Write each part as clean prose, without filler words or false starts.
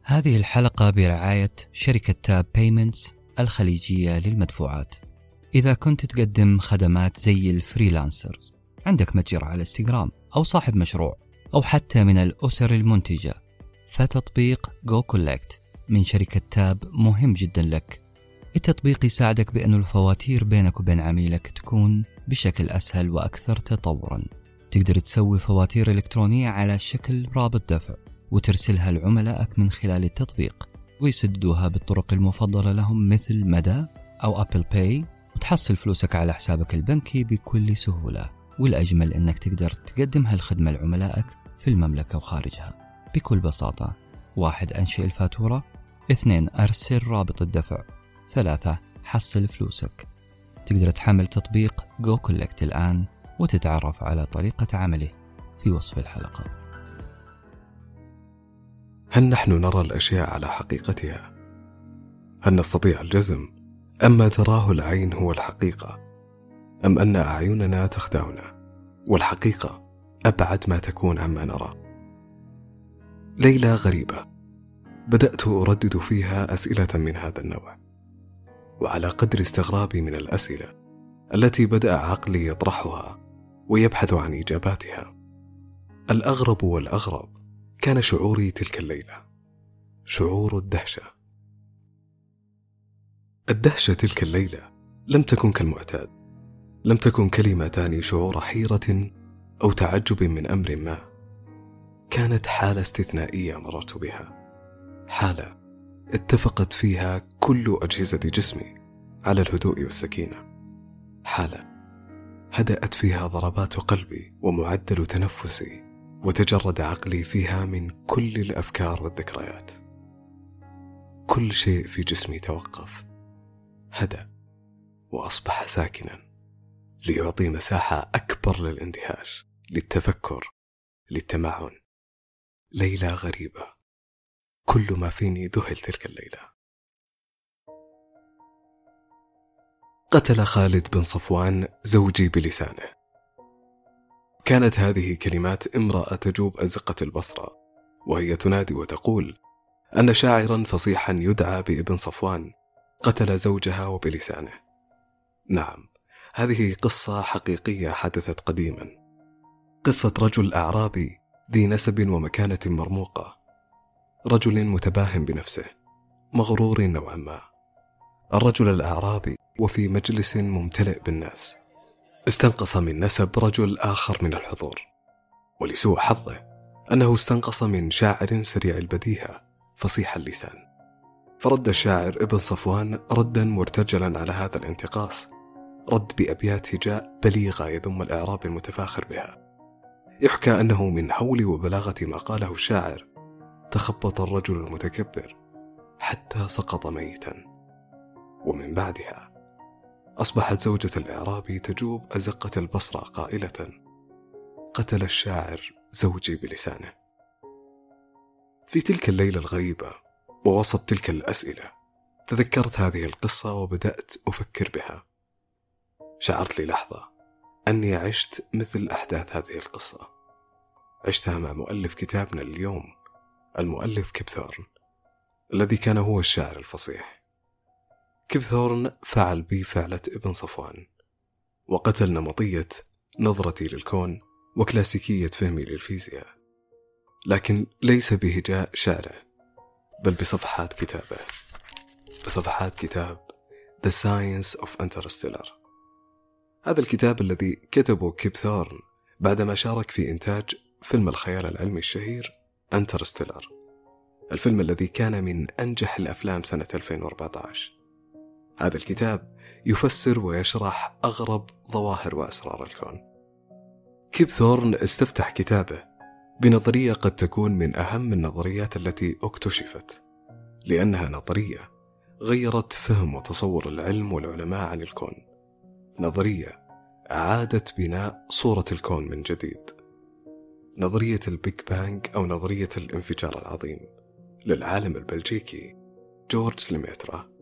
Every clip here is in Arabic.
هذه الحلقة برعاية شركة تاب بيمنتس الخليجية للمدفوعات. إذا كنت تقدم خدمات زي الفريلانسرز، عندك متجر على انستغرام أو صاحب مشروع أو حتى من الأسر المنتجة، فتطبيق جو كولكت من شركة تاب مهم جدا لك. التطبيق يساعدك بأن الفواتير بينك وبين عميلك تكون بشكل أسهل وأكثر تطورا. تقدر تسوي فواتير إلكترونية على شكل رابط دفع وترسلها لعملائك من خلال التطبيق، ويسددوها بالطرق المفضلة لهم مثل مدى أو أبل باي، وتحصل فلوسك على حسابك البنكي بكل سهولة. والأجمل أنك تقدر تقدم هالخدمة لعملائك في المملكة وخارجها بكل بساطة. 1. أنشئ الفاتورة. 2. أرسل رابط الدفع. 3. حصل فلوسك. تقدر تحمل تطبيق جو كولكت الآن وتتعرف على طريقة عمله في وصف الحلقة. هل نحن نرى الأشياء على حقيقتها؟ هل نستطيع الجزم أم ما تراه العين هو الحقيقة، أم أن أعيننا تخدعنا والحقيقة أبعد ما تكون عما نرى؟ ليلة غريبة بدأت أردد فيها أسئلة من هذا النوع، وعلى قدر استغرابي من الأسئلة التي بدأ عقلي يطرحها ويبحث عن إجاباتها، الأغرب والأغرب كان شعوري تلك الليلة، شعور الدهشة. الدهشة تلك الليلة لم تكن كالمعتاد، لم تكن كلمة تعني شعور حيرة أو تعجب من أمر ما. كانت حالة استثنائية مررت بها، حالة اتفقت فيها كل أجهزة جسمي على الهدوء والسكينة، حالة هدأت فيها ضربات قلبي ومعدل تنفسي، وتجرد عقلي فيها من كل الأفكار والذكريات. كل شيء في جسمي توقف، هدأ وأصبح ساكنا ليعطي مساحة أكبر للاندهاش، للتفكر، للتمعن. ليلة غريبة، كل ما فيني ذهل تلك الليلة. قتل خالد بن صفوان زوجي بلسانه. كانت هذه كلمات امرأة تجوب أزقة البصرة، وهي تنادي وتقول أن شاعرا فصيحا يدعى بابن صفوان قتل زوجها وبلسانه. نعم، هذه قصة حقيقية حدثت قديما، قصة رجل أعرابي ذي نسب ومكانة مرموقة، رجل متباهم بنفسه، مغرور نوعا ما. الرجل الأعرابي وفي مجلس ممتلئ بالناس استنقص من نسب رجل آخر من الحضور، ولسوء حظه أنه استنقص من شاعر سريع البديهة فصيح اللسان. فرد الشاعر ابن صفوان ردا مرتجلا على هذا الانتقاص، رد بأبيات هجاء بليغة يذم الإعراب المتفاخر بها. يحكى أنه من هول وبلاغة ما قاله الشاعر تخبط الرجل المتكبر حتى سقط ميتا. ومن بعدها أصبحت زوجة الإعرابي تجوب أزقة البصرة قائلة: قتل الشاعر زوجي بلسانه. في تلك الليلة الغريبة ووسط تلك الأسئلة تذكرت هذه القصة وبدأت أفكر بها. شعرت للحظة أني عشت مثل أحداث هذه القصة، عشتها مع مؤلف كتابنا اليوم، المؤلف كيب ثورن، الذي كان هو الشاعر الفصيح. كيب ثورن فعل بي فعلة ابن صفوان، وقتل نمطية نظرتي للكون وكلاسيكية فهمي للفيزياء، لكن ليس بهجاء شعره، بل بصفحات كتابه، بصفحات كتاب The Science of Interstellar. هذا الكتاب الذي كتبه كيب ثورن بعدما شارك في إنتاج فيلم الخيال العلمي الشهير انترستيلر، الفيلم الذي كان من أنجح الأفلام سنة 2014. هذا الكتاب يفسر ويشرح أغرب ظواهر وأسرار الكون. كيب ثورن استفتح كتابه بنظرية قد تكون من أهم النظريات التي اكتشفت، لأنها نظرية غيرت فهم وتصور العلم والعلماء عن الكون، نظرية أعادت بناء صورة الكون من جديد، نظرية البيج بانج أو نظرية الانفجار العظيم للعالم البلجيكي جورج ليميترا.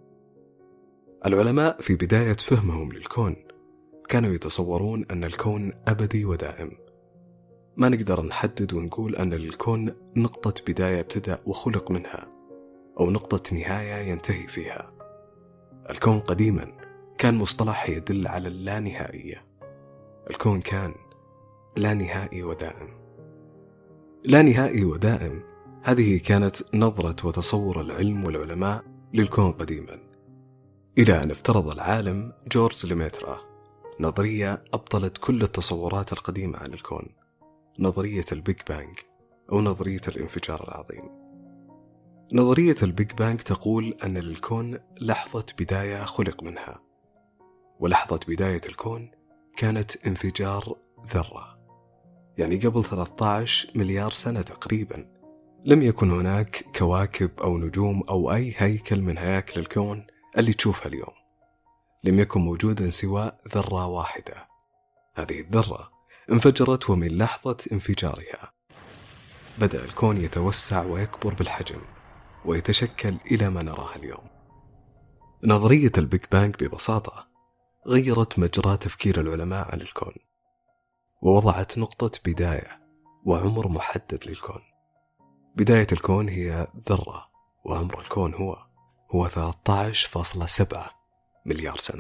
العلماء في بداية فهمهم للكون كانوا يتصورون أن الكون أبدي ودائم، ما نقدر نحدد ونقول أن الكون نقطة بداية ابتدأ وخلق منها، أو نقطة نهاية ينتهي فيها. الكون قديما كان مصطلح يدل على اللانهائية. الكون كان لا نهائي ودائم. لا نهائي ودائم، هذه كانت نظرة وتصور العلم والعلماء للكون قديما، إلى أن افترض العالم جورج ليميترا نظرية أبطلت كل التصورات القديمة عن الكون، نظرية البيج بانج أو نظرية الانفجار العظيم. نظرية البيج بانج تقول أن للكون لحظة بداية خلق منها، ولحظة بداية الكون كانت انفجار ذرة، يعني قبل 13 مليار سنة تقريبا. لم يكن هناك كواكب أو نجوم أو أي هيكل من هياكل الكون اللي تشوفها اليوم. لم يكن موجودا سوى ذرة واحدة. هذه الذرة انفجرت، ومن لحظة انفجارها بدأ الكون يتوسع ويكبر بالحجم ويتشكل إلى ما نراه اليوم. نظرية البيج بانج ببساطة غيرت مجرى تفكير العلماء عن الكون، ووضعت نقطة بداية وعمر محدد للكون. بداية الكون هي ذرة، وعمر الكون هو 13.7 مليار سنة.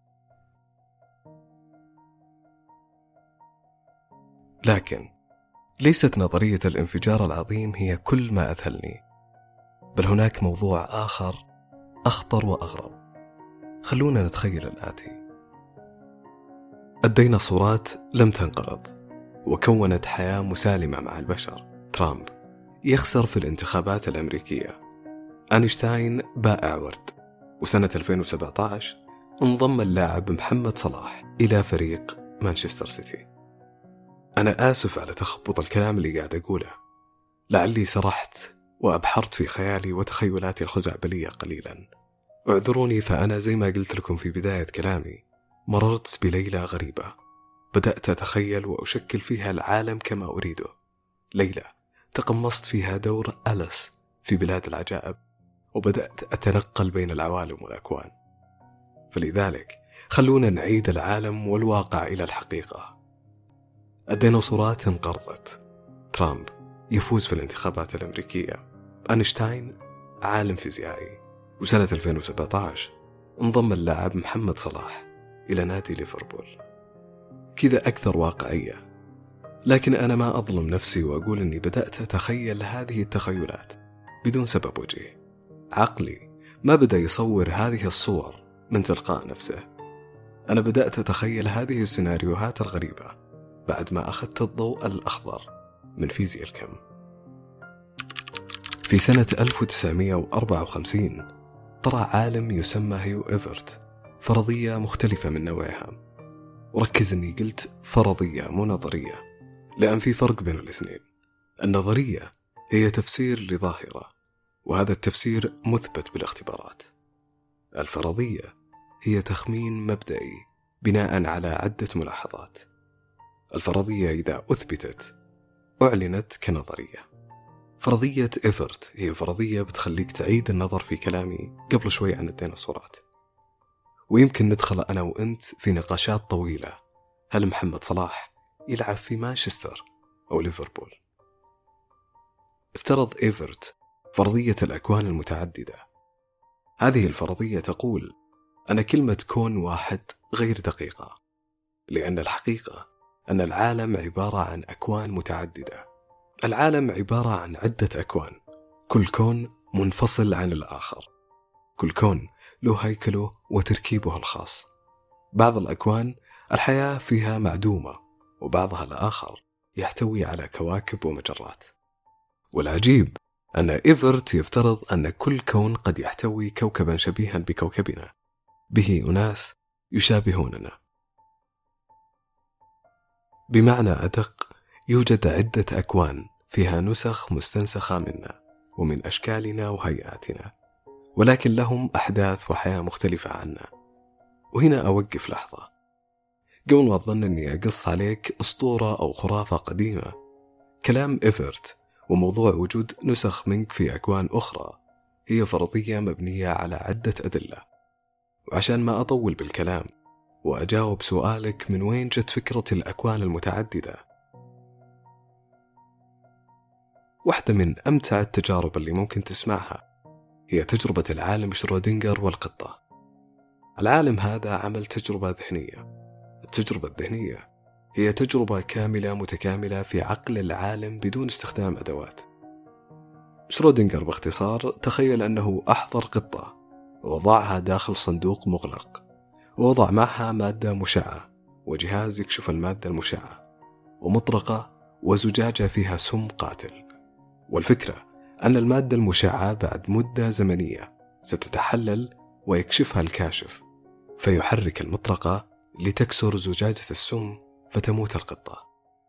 لكن ليست نظرية الانفجار العظيم هي كل ما أذهلني، بل هناك موضوع آخر أخطر وأغرب. خلونا نتخيل الآتي: الديناصورات لم تنقرض وكونت حياة مسالمة مع البشر. ترامب يخسر في الانتخابات الأمريكية. أينشتاين بائع ورد. وسنة 2017 انضم اللاعب محمد صلاح إلى فريق مانشستر سيتي. أنا آسف على تخبط الكلام اللي قاعد أقوله، لعلي سرحت وأبحرت في خيالي وتخيلاتي الخزعبلية قليلا. اعذروني، فأنا زي ما قلت لكم في بداية كلامي مررت بليلة غريبة، بدأت أتخيل وأشكل فيها العالم كما أريده. ليلة تقمصت فيها دور أليس في بلاد العجائب، وبدأت أتنقل بين العوالم والأكوان. فلذلك خلونا نعيد العالم والواقع إلى الحقيقة. الديناصورات انقرضت، ترامب يفوز في الانتخابات الأمريكية، أينشتاين عالم فيزيائي، وسنة 2017 انضم اللاعب محمد صلاح إلى نادي ليفربول. كذا أكثر واقعية. لكن أنا ما أظلم نفسي وأقول أني بدأت أتخيل هذه التخيلات بدون سبب وجيه. عقلي ما بدأ يصور هذه الصور من تلقاء نفسه. أنا بدأت أتخيل هذه السيناريوهات الغريبة بعد ما أخذت الضوء الأخضر من فيزياء الكم. في سنة 1954 طرح عالم يسمى هيو إيفرت فرضية مختلفة من نوعها. وركز أني قلت فرضية مو نظرية، لأن في فرق بين الاثنين. النظرية هي تفسير لظاهرة، وهذا التفسير مثبت بالاختبارات. الفرضية هي تخمين مبدئي بناء على عدة ملاحظات. الفرضية إذا أثبتت أعلنت كنظرية. فرضية إيفرت هي فرضية بتخليك تعيد النظر في كلامي قبل شوي عن الديناصورات، ويمكن ندخل أنا وأنت في نقاشات طويلة. هل محمد صلاح يلعب في مانشستر أو ليفربول؟ افترض إيفرت فرضية الأكوان المتعددة. هذه الفرضية تقول أن كلمة كون واحد غير دقيقة، لأن الحقيقة أن العالم عبارة عن أكوان متعددة. العالم عبارة عن عدة أكوان، كل كون منفصل عن الآخر. كل كون له هيكله وتركيبه الخاص. بعض الأكوان الحياة فيها معدومة، وبعضها الآخر يحتوي على كواكب ومجرات. والعجيب أن إيفرت يفترض أن كل كون قد يحتوي كوكبا شبيها بكوكبنا، به أناس يشابهوننا. بمعنى أدق، يوجد عدة أكوان فيها نسخ مستنسخة منا ومن أشكالنا وهيئاتنا، ولكن لهم أحداث وحياة مختلفة عنا. وهنا أوقف لحظة قبل ما أظن أني أقص عليك أسطورة أو خرافة قديمة. كلام إيفرت وموضوع وجود نسخ منك في أكوان أخرى هي فرضية مبنية على عدة أدلة. وعشان ما أطول بالكلام وأجاوب سؤالك من وين جت فكرة الأكوان المتعددة، واحدة من أمتع التجارب اللي ممكن تسمعها هي تجربة العالم شرودنجر والقطة. العالم هذا عمل تجربة ذهنية. التجربة الذهنية هي تجربة كاملة متكاملة في عقل العالم بدون استخدام أدوات. شرودنجر باختصار تخيل أنه أحضر قطة ووضعها داخل صندوق مغلق، ووضع معها مادة مشعة وجهاز يكشف المادة المشعة ومطرقة وزجاجة فيها سم قاتل. والفكرة أن المادة المشعة بعد مدة زمنية ستتحلل ويكشفها الكاشف، فيحرك المطرقة لتكسر زجاجة السم فتموت القطة.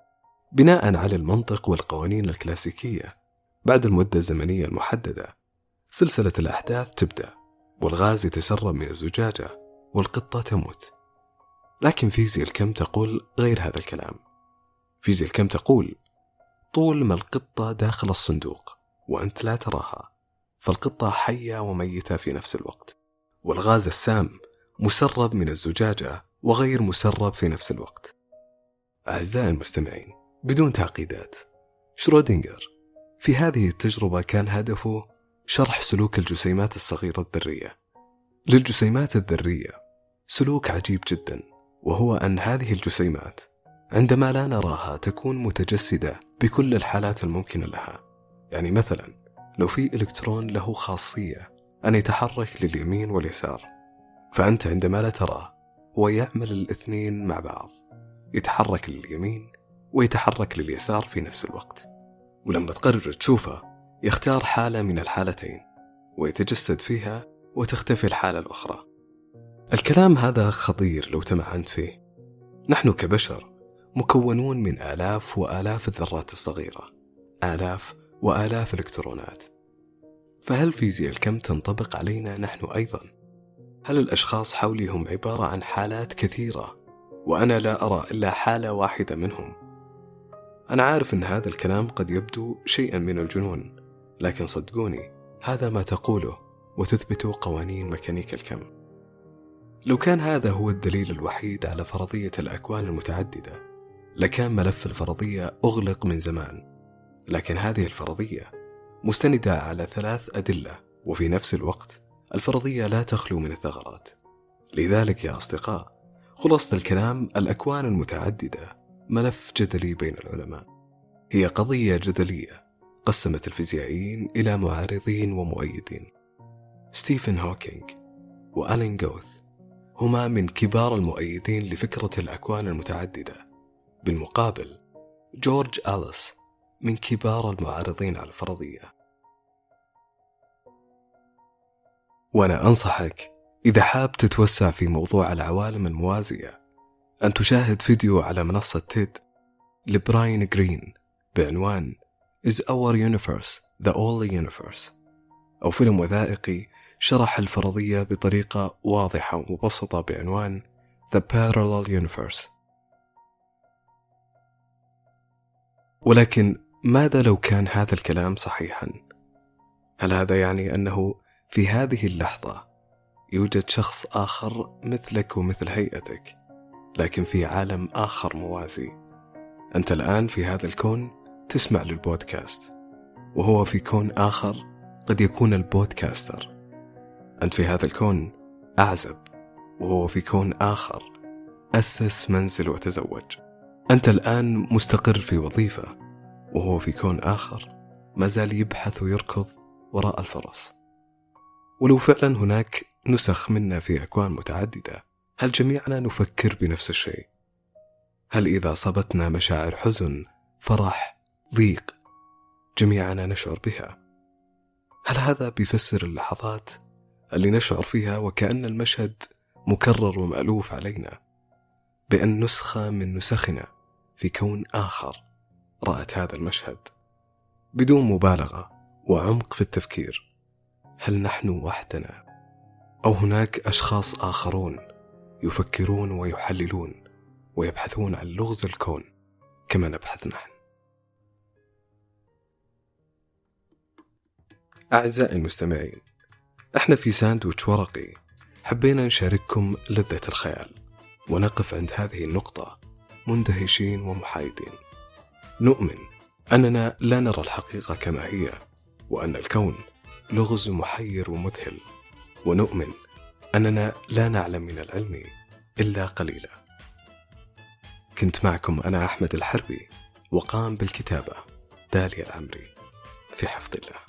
بناء على المنطق والقوانين الكلاسيكية، بعد المدة الزمنية المحددة سلسلة الأحداث تبدأ، والغاز يتسرب من الزجاجة والقطة تموت. لكن فيزياء الكم تقول غير هذا الكلام. فيزياء الكم تقول طول ما القطة داخل الصندوق وأنت لا تراها، فالقطة حية وميتة في نفس الوقت، والغاز السام مسرب من الزجاجة وغير مسرب في نفس الوقت. أعزائي المستمعين، بدون تعقيدات، شرودنجر في هذه التجربة كان هدفه شرح سلوك الجسيمات الصغيرة الذرية. للجسيمات الذرية سلوك عجيب جدا، وهو أن هذه الجسيمات عندما لا نراها تكون متجسدة بكل الحالات الممكنة لها. يعني مثلا لو في إلكترون له خاصية أن يتحرك لليمين واليسار، فأنت عندما لا تراه هو يعمل الاثنين مع بعض، يتحرك لليمين ويتحرك لليسار في نفس الوقت. ولما تقرر تشوفه يختار حالة من الحالتين ويتجسد فيها وتختفي الحالة الأخرى. الكلام هذا خطير لو تمعنت فيه. نحن كبشر مكونون من آلاف وآلاف الذرات الصغيرة، آلاف وآلاف الإلكترونات. فهل فيزياء الكم تنطبق علينا نحن أيضا؟ هل الأشخاص حولي هم عبارة عن حالات كثيرة وأنا لا أرى إلا حالة واحدة منهم؟ أنا عارف أن هذا الكلام قد يبدو شيئا من الجنون، لكن صدقوني هذا ما تقوله وتثبت قوانين ميكانيكا الكم. لو كان هذا هو الدليل الوحيد على فرضية الأكوان المتعددة لكان ملف الفرضية أغلق من زمان. لكن هذه الفرضية مستندة على 3 أدلة، وفي نفس الوقت الفرضية لا تخلو من الثغرات. لذلك يا أصدقاء، خلاصة الكلام الأكوان المتعددة ملف جدلي بين العلماء. هي قضية جدلية قسمت الفيزيائيين إلى معارضين ومؤيدين. ستيفن هوكينج وألين جوث هما من كبار المؤيدين لفكرة الأكوان المتعددة. بالمقابل جورج أليس من كبار المعارضين على الفرضية. وأنا أنصحك إذا حاب تتوسع في موضوع العوالم الموازية أن تشاهد فيديو على منصة تيد لبراين جرين بعنوان Is Our Universe the Only Universe؟ أو فيلم وثائقي شرح الفرضية بطريقة واضحة ومبسطة بعنوان The Parallel Universe. ولكن ماذا لو كان هذا الكلام صحيحا؟ هل هذا يعني أنه في هذه اللحظة يوجد شخص آخر مثلك ومثل هيئتك، لكن في عالم آخر موازي؟ أنت الآن في هذا الكون تسمع للبودكاست، وهو في كون آخر قد يكون البودكاستر. أنت في هذا الكون أعزب، وهو في كون آخر أسس منزل وتزوج. أنت الآن مستقر في وظيفة، وهو في كون آخر ما زال يبحث ويركض وراء الفرس. ولو فعلا هناك نسخ منا في أكوان متعددة، هل جميعنا نفكر بنفس الشيء؟ هل إذا صبتنا مشاعر حزن، فرح، ضيق، جميعنا نشعر بها؟ هل هذا بيفسر اللحظات اللي نشعر فيها وكأن المشهد مكرر ومألوف علينا، بأن نسخة من نسخنا في كون آخر رأت هذا المشهد؟ بدون مبالغة وعمق في التفكير، هل نحن وحدنا أو هناك أشخاص آخرون يفكرون ويحللون ويبحثون عن لغز الكون كما نبحث نحن؟ أعزائي المستمعين، احنا في ساندويتش ورقي حبينا نشارككم لذة الخيال، ونقف عند هذه النقطة مندهشين ومحايدين. نؤمن أننا لا نرى الحقيقة كما هي، وأن الكون لغز محير ومذهل، ونؤمن أننا لا نعلم من العلم إلا قليلا. كنت معكم أنا أحمد الحربي، وقام بالكتابة داليا العمري، في حفظ الله.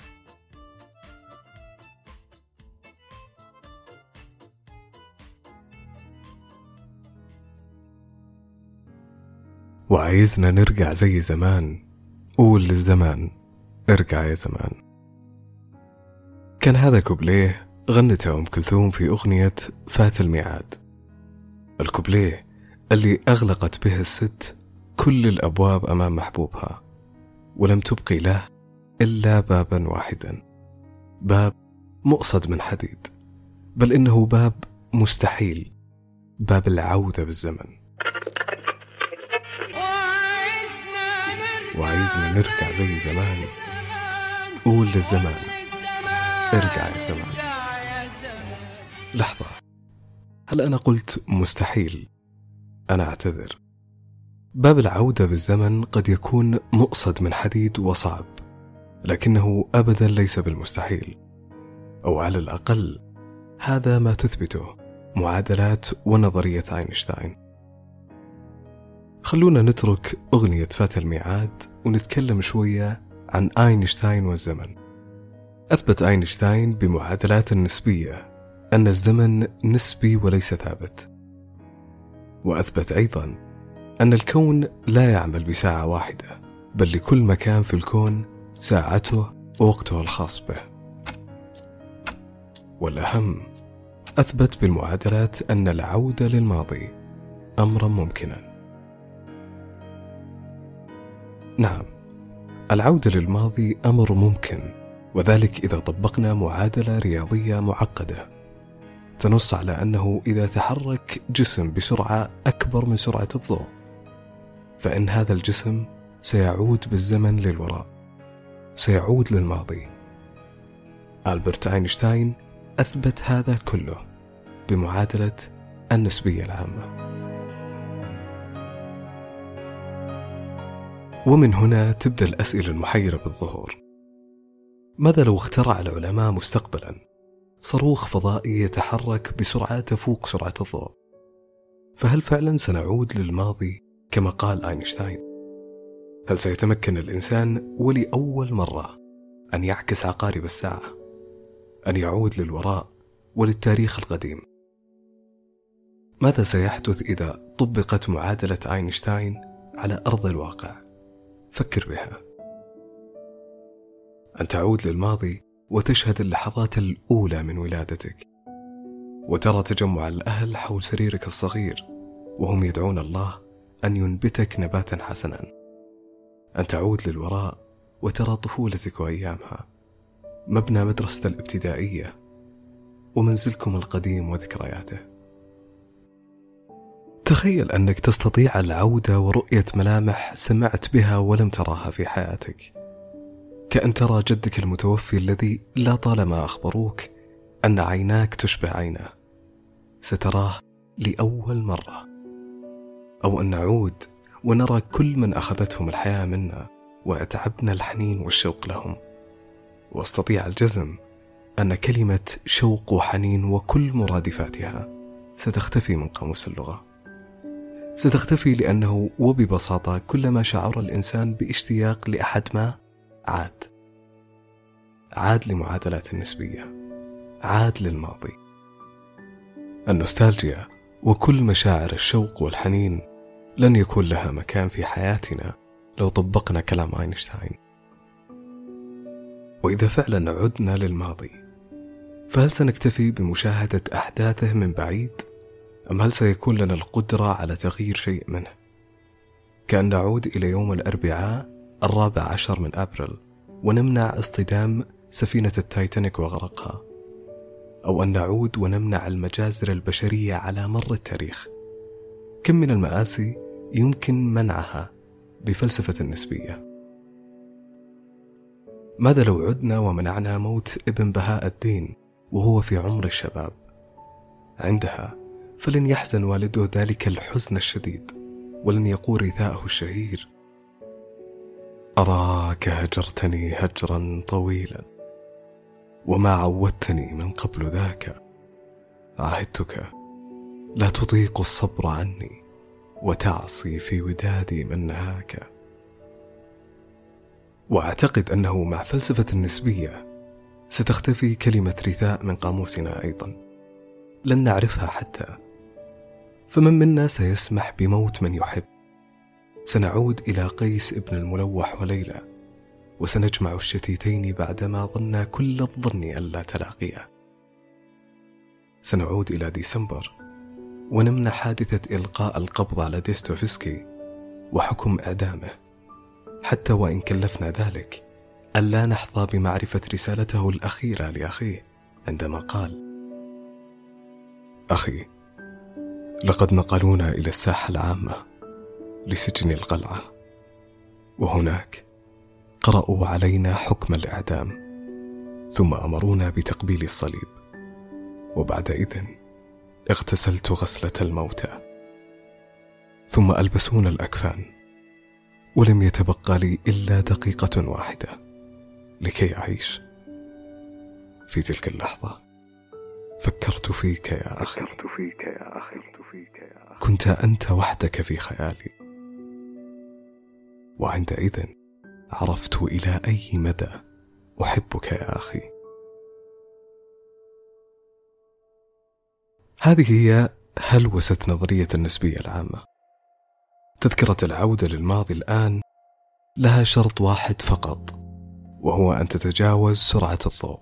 وعايزنا نرجع زي زمان، قول للزمان ارجع يا زمان. كان هذا كوبليه غنته أم كلثوم في أغنية فات الميعاد، الكوبليه اللي أغلقت به الست كل الأبواب أمام محبوبها، ولم تبقي له إلا بابا واحدا، باب مؤصد من حديد، بل إنه باب مستحيل، باب العودة بالزمن. وعايزنا نرجع زي زمان، قول للزمان ارجع يا زمان. لحظة، هل أنا قلت مستحيل؟ أنا أعتذر. باب العودة بالزمن قد يكون مؤصد من حديد وصعب، لكنه أبدا ليس بالمستحيل، أو على الأقل هذا ما تثبته معادلات ونظرية أينشتاين. خلونا نترك أغنية فات الميعاد ونتكلم شوية عن أينشتاين والزمن. أثبت أينشتاين بمعادلات النسبية أن الزمن نسبي وليس ثابت، وأثبت أيضا أن الكون لا يعمل بساعة واحدة، بل لكل مكان في الكون ساعته ووقته الخاص به. والأهم، أثبت بالمعادلات أن العودة للماضي أمرا ممكنا. نعم، العودة للماضي أمر ممكن، وذلك إذا طبقنا معادلة رياضية معقدة تنص على أنه إذا تحرك جسم بسرعة أكبر من سرعة الضوء، فإن هذا الجسم سيعود بالزمن للوراء، سيعود للماضي. ألبرت أينشتاين أثبت هذا كله بمعادلة النسبية العامة. ومن هنا تبدأ الأسئلة المحيرة بالظهور. ماذا لو اخترع العلماء مستقبلا صاروخ فضائي يتحرك بسرعة تفوق سرعة الضوء؟ فهل فعلا سنعود للماضي كما قال أينشتاين؟ هل سيتمكن الإنسان ولأول مرة أن يعكس عقارب الساعة، أن يعود للوراء وللتاريخ القديم؟ ماذا سيحدث إذا طبقت معادلة أينشتاين على أرض الواقع؟ فكر بها. أن تعود للماضي وتشهد اللحظات الأولى من ولادتك، وترى تجمع الأهل حول سريرك الصغير وهم يدعون الله أن ينبتك نباتا حسنا. أن تعود للوراء وترى طفولتك وأيامها، مبنى مدرسة الابتدائية ومنزلكم القديم وذكرياته. تخيل أنك تستطيع العودة ورؤية ملامح سمعت بها ولم تراها في حياتك، كأن ترى جدك المتوفي الذي لا طالما أخبروك أن عيناك تشبه عينه، ستراه لأول مرة. أو أن نعود ونرى كل من أخذتهم الحياة منا وأتعبنا الحنين والشوق لهم، واستطيع الجزم أن كلمة شوق وحنين وكل مرادفاتها ستختفي من قاموس اللغة. ستختفي لأنه وببساطة كلما شعر الإنسان باشتياق لأحد ما عاد لمعادلات النسبية، عاد للماضي. النوستالجيا وكل مشاعر الشوق والحنين لن يكون لها مكان في حياتنا لو طبقنا كلام أينشتاين. وإذا فعلا عدنا للماضي، فهل سنكتفي بمشاهدة أحداثه من بعيد؟ أم هل سيكون لنا القدرة على تغيير شيء منه؟ كأن نعود إلى يوم الأربعاء 14 من أبريل ونمنع اصطدام سفينة التايتانيك وغرقها، أو أن نعود ونمنع المجازر البشرية على مر التاريخ. كم من المآسي يمكن منعها بفلسفة النسبية؟ ماذا لو عدنا ومنعنا موت ابن بهاء الدين وهو في عمر الشباب؟ عندها فلن يحزن والده ذلك الحزن الشديد، ولن يقول رثاءه الشهير أراك هجرتني هجرا طويلا، وما عودتني من قبل ذاك. عهدتك لا تطيق الصبر عني، وتعصي في ودادي من نهاك. وأعتقد أنه مع فلسفة النسبية ستختفي كلمة رثاء من قاموسنا أيضا، لن نعرفها حتى. فمن منا سيسمح بموت من يحب؟ سنعود إلى قيس ابن الملوح وليلى، وسنجمع الشتيتين بعدما ظن كل الظن ألا تلاقيا. سنعود إلى ديسمبر ونمنع حادثة إلقاء القبض على ديستوفسكي وحكم إعدامه، حتى وإن كلفنا ذلك ألا نحظى بمعرفة رسالته الأخيرة لأخيه عندما قال: أخي، لقد نقلونا إلى الساحة العامة لسجن القلعة، وهناك قرأوا علينا حكم الإعدام، ثم أمرونا بتقبيل الصليب، وبعد إذن اغتسلت غسلة الموتى، ثم ألبسونا الأكفان، ولم يتبقى لي إلا دقيقة واحدة لكي أعيش. في تلك اللحظة فكرت فيك يا أخي، كنت أنت وحدك في خيالي، وعندئذ عرفت إلى أي مدى أحبك يا أخي. هذه هي هلوسة نظرية النسبية العامة. تذكرة العودة للماضي الآن لها شرط واحد فقط، وهو أن تتجاوز سرعة الضوء،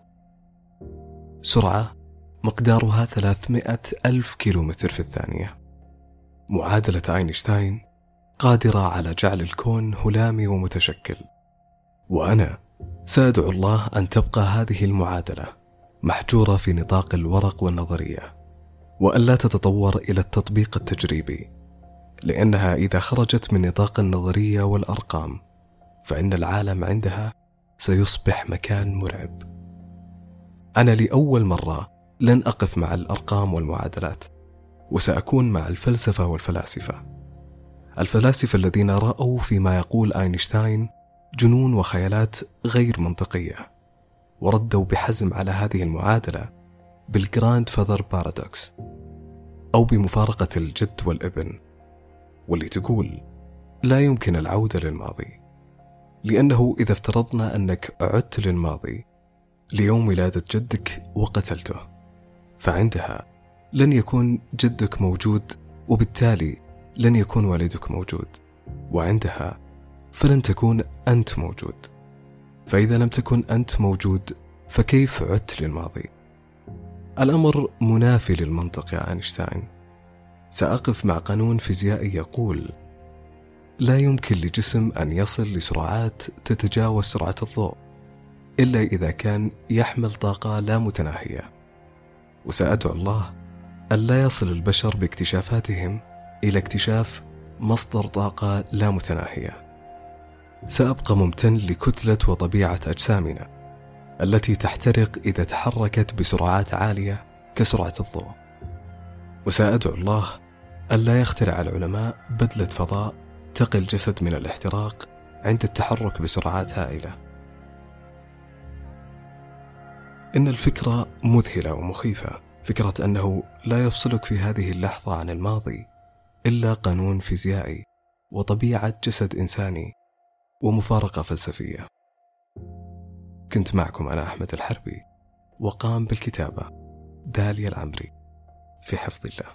سرعة مقدارها 300,000 كيلومتر في الثانية. معادلة أينشتاين قادرة على جعل الكون هلامي ومتشكل، وأنا سأدعو الله أن تبقى هذه المعادلة محجورة في نطاق الورق والنظرية، وأن لا تتطور إلى التطبيق التجريبي، لأنها إذا خرجت من نطاق النظرية والأرقام فإن العالم عندها سيصبح مكان مرعب. أنا لأول مرة لن أقف مع الأرقام والمعادلات، وسأكون مع الفلسفة والفلاسفة، الفلاسفة الذين رأوا فيما يقول أينشتاين جنون وخيالات غير منطقية، وردوا بحزم على هذه المعادلة بالجراند فاذر بارادوكس، أو بمفارقة الجد والابن، واللي تقول لا يمكن العودة للماضي، لأنه إذا افترضنا أنك عدت للماضي ليوم ولادة جدك وقتلته، فعندها لن يكون جدك موجود، وبالتالي لن يكون والدك موجود، وعندها فلن تكون أنت موجود. فإذا لم تكن أنت موجود فكيف عدت للماضي؟ الأمر منافي للمنطق يا أينشتاين. سأقف مع قانون فيزيائي يقول لا يمكن لجسم أن يصل لسرعات تتجاوز سرعة الضوء إلا إذا كان يحمل طاقة لا متناهية، وسأدعو الله أن لا يصل البشر باكتشافاتهم إلى اكتشاف مصدر طاقة لا متناهية. سأبقى ممتن لكتلة وطبيعة أجسامنا التي تحترق إذا تحركت بسرعات عالية كسرعة الضوء، وسأدعو الله أن لا يخترع العلماء بدلة فضاء تقي الجسد من الاحتراق عند التحرك بسرعات هائلة. إن الفكرة مذهلة ومخيفة، فكرة أنه لا يفصلك في هذه اللحظة عن الماضي إلا قانون فيزيائي وطبيعة جسد إنساني ومفارقة فلسفية. كنت معكم أنا أحمد الحربي، وقام بالكتابة داليا العمري، في حفظ الله.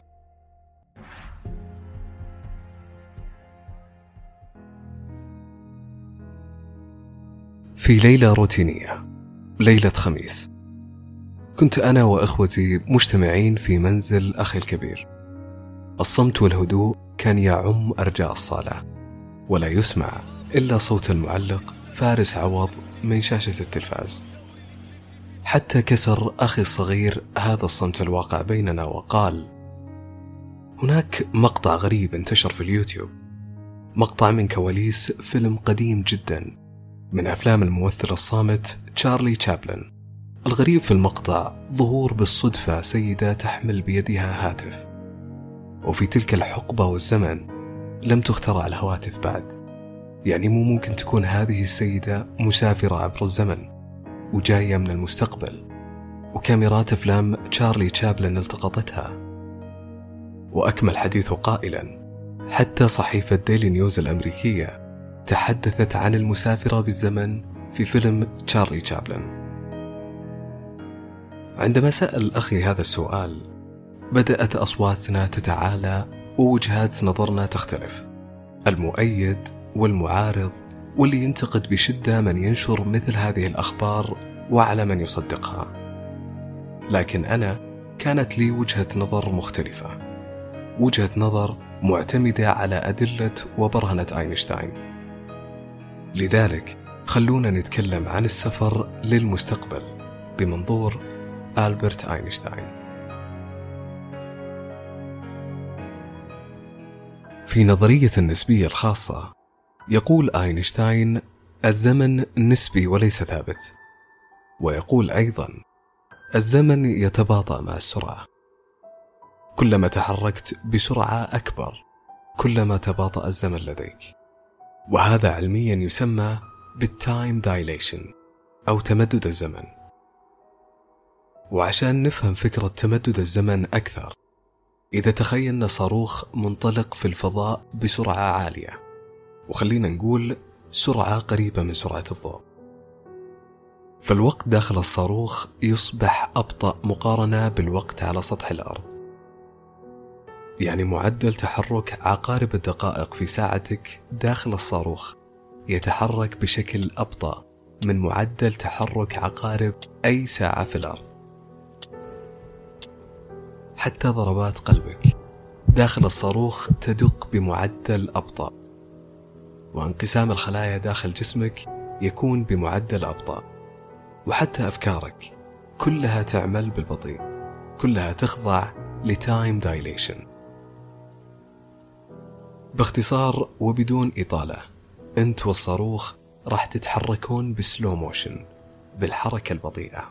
في ليلة روتينية، ليلة خميس، كنت أنا وإخوتي مجتمعين في منزل أخي الكبير. الصمت والهدوء كان يعم أرجاء الصالة، ولا يسمع إلا صوت المعلق فارس عوض من شاشة التلفاز. حتى كسر أخي الصغير هذا الصمت الواقع بيننا وقال: هناك مقطع غريب انتشر في اليوتيوب، مقطع من كواليس فيلم قديم جدا من أفلام الممثل الصامت تشارلي تشابلن. الغريب في المقطع ظهور بالصدفة سيدة تحمل بيدها هاتف، وفي تلك الحقبة والزمن لم تخترع الهواتف بعد، يعني مو ممكن تكون هذه السيدة مسافرة عبر الزمن وجاية من المستقبل وكاميرات أفلام تشارلي تشابلن التقطتها. وأكمل حديثه قائلا: حتى صحيفة ديلي نيوز الأمريكية تحدثت عن المسافرة بالزمن في فيلم تشارلي تشابلن. عندما سأل أخي هذا السؤال بدأت أصواتنا تتعالى ووجهات نظرنا تختلف، المؤيد والمعارض، واللي ينتقد بشدة من ينشر مثل هذه الأخبار وعلى من يصدقها. لكن أنا كانت لي وجهة نظر مختلفة، وجهة نظر معتمدة على أدلة وبرهنة أينشتاين. لذلك خلونا نتكلم عن السفر للمستقبل بمنظور ألبرت أينشتاين. في نظرية النسبية الخاصة يقول أينشتاين: الزمن نسبي وليس ثابت. ويقول أيضا: الزمن يتباطأ مع السرعة، كلما تحركت بسرعة أكبر كلما تباطأ الزمن لديك. وهذا علميا يسمى بالتايم دايليشن أو تمدد الزمن. وعشان نفهم فكرة تمدد الزمن أكثر، إذا تخيلنا صاروخ منطلق في الفضاء بسرعة عالية، وخلينا نقول سرعة قريبة من سرعة الضوء، فالوقت داخل الصاروخ يصبح أبطأ مقارنة بالوقت على سطح الأرض. يعني معدل تحرك عقارب الدقائق في ساعتك داخل الصاروخ يتحرك بشكل أبطأ من معدل تحرك عقارب أي ساعة في الأرض. حتى ضربات قلبك داخل الصاروخ تدق بمعدل أبطأ، وانقسام الخلايا داخل جسمك يكون بمعدل أبطأ، وحتى أفكارك كلها تعمل بالبطيء، كلها تخضع لتايم دايليشن. باختصار وبدون إطالة، أنت والصاروخ راح تتحركون بسلو موشن، بالحركة البطيئة.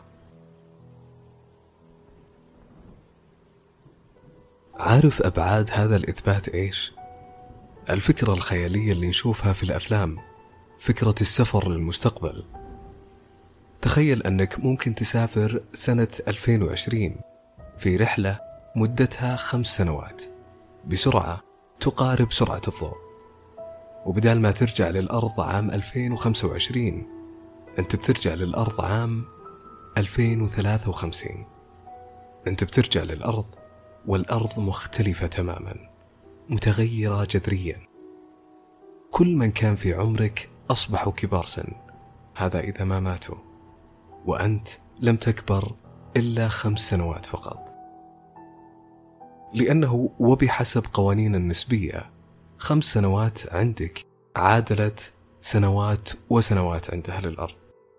عارف أبعاد هذا الإثبات إيش؟ الفكرة الخيالية اللي نشوفها في الأفلام، فكرة السفر للمستقبل. تخيل أنك ممكن تسافر سنة 2020 في رحلة مدتها 5 سنوات بسرعة تقارب سرعة الضوء، وبدال ما ترجع للأرض عام 2025 أنت بترجع للأرض عام 2053. أنت بترجع للأرض والأرض مختلفة تماما، متغيرة جذريا. كل من كان في عمرك أصبحوا كبار سن، هذا إذا ما ماتوا، وأنت لم تكبر إلا 5 سنوات فقط. لأنه وبحسب قوانين النسبية 5 سنوات عندك عادلت سنوات وسنوات عند أهل الأرض.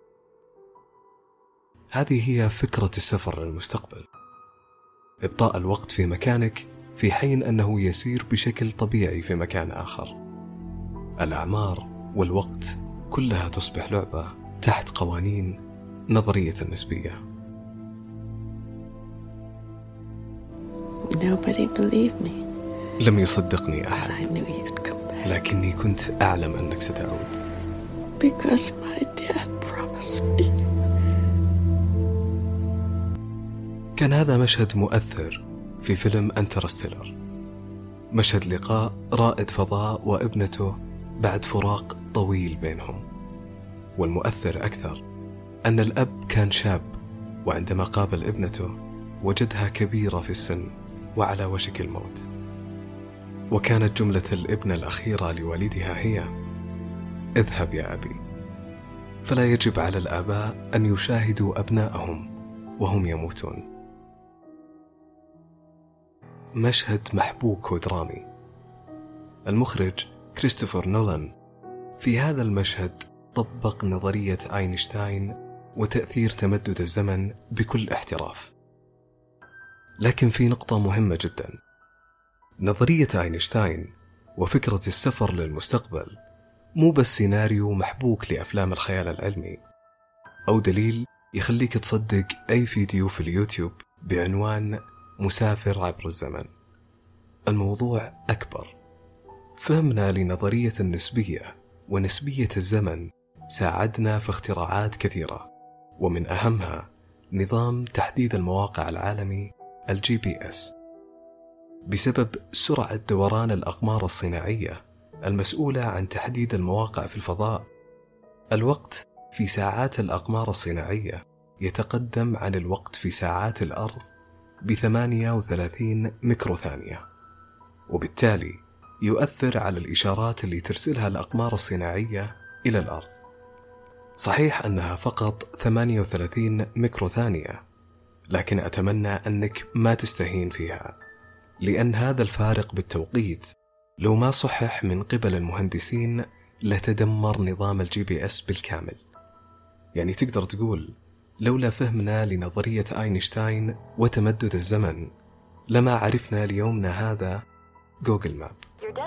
هذه هي فكرة السفر للمستقبل، إبطاء الوقت في مكانك في حين أنه يسير بشكل طبيعي في مكان آخر. الأعمار والوقت كلها تصبح لعبة تحت قوانين نظرية النسبية. Nobody believed me. لم يصدقني أحد، I knew you'd come back. لكني كنت أعلم أنك ستعود. Because my dad promised me. كان هذا مشهد مؤثر في فيلم انترستيلر، مشهد لقاء رائد فضاء وابنته بعد فراق طويل بينهم. والمؤثر أكثر أن الأب كان شاب، وعندما قابل ابنته وجدها كبيرة في السن وعلى وشك الموت. وكانت جملة الابنة الأخيرة لوالدها هي: اذهب يا أبي. فلا يجب على الآباء أن يشاهدوا أبنائهم وهم يموتون. مشهد محبوك ودرامي. المخرج كريستوفر نولان في هذا المشهد طبق نظرية أينشتاين وتأثير تمدد الزمن بكل احتراف. لكن في نقطة مهمة جدا: نظرية أينشتاين وفكرة السفر للمستقبل مو بس سيناريو محبوك لأفلام الخيال العلمي أو دليل يخليك تصدق أي فيديو في اليوتيوب بعنوان مسافر عبر الزمن. الموضوع أكبر. فهمنا لنظرية النسبية ونسبية الزمن ساعدنا في اختراعات كثيرة، ومن أهمها نظام تحديد المواقع العالمي الGPS. بسبب سرعة دوران الأقمار الصناعية المسؤولة عن تحديد المواقع في الفضاء، الوقت في ساعات الأقمار الصناعية يتقدم عن الوقت في ساعات الأرض ب38 ميكروثانية، وبالتالي يؤثر على الإشارات اللي ترسلها الأقمار الصناعية إلى الأرض. صحيح أنها فقط 38 ميكروثانية، لكن أتمنى أنك ما تستهين فيها، لأن هذا الفارق بالتوقيت لو ما صحح من قبل المهندسين لتدمر نظام الGPS بالكامل. يعني تقدر تقول لولا فهمنا لنظرية أينشتاين وتمدد الزمن لما عرفنا ليومنا هذا جوجل ماب.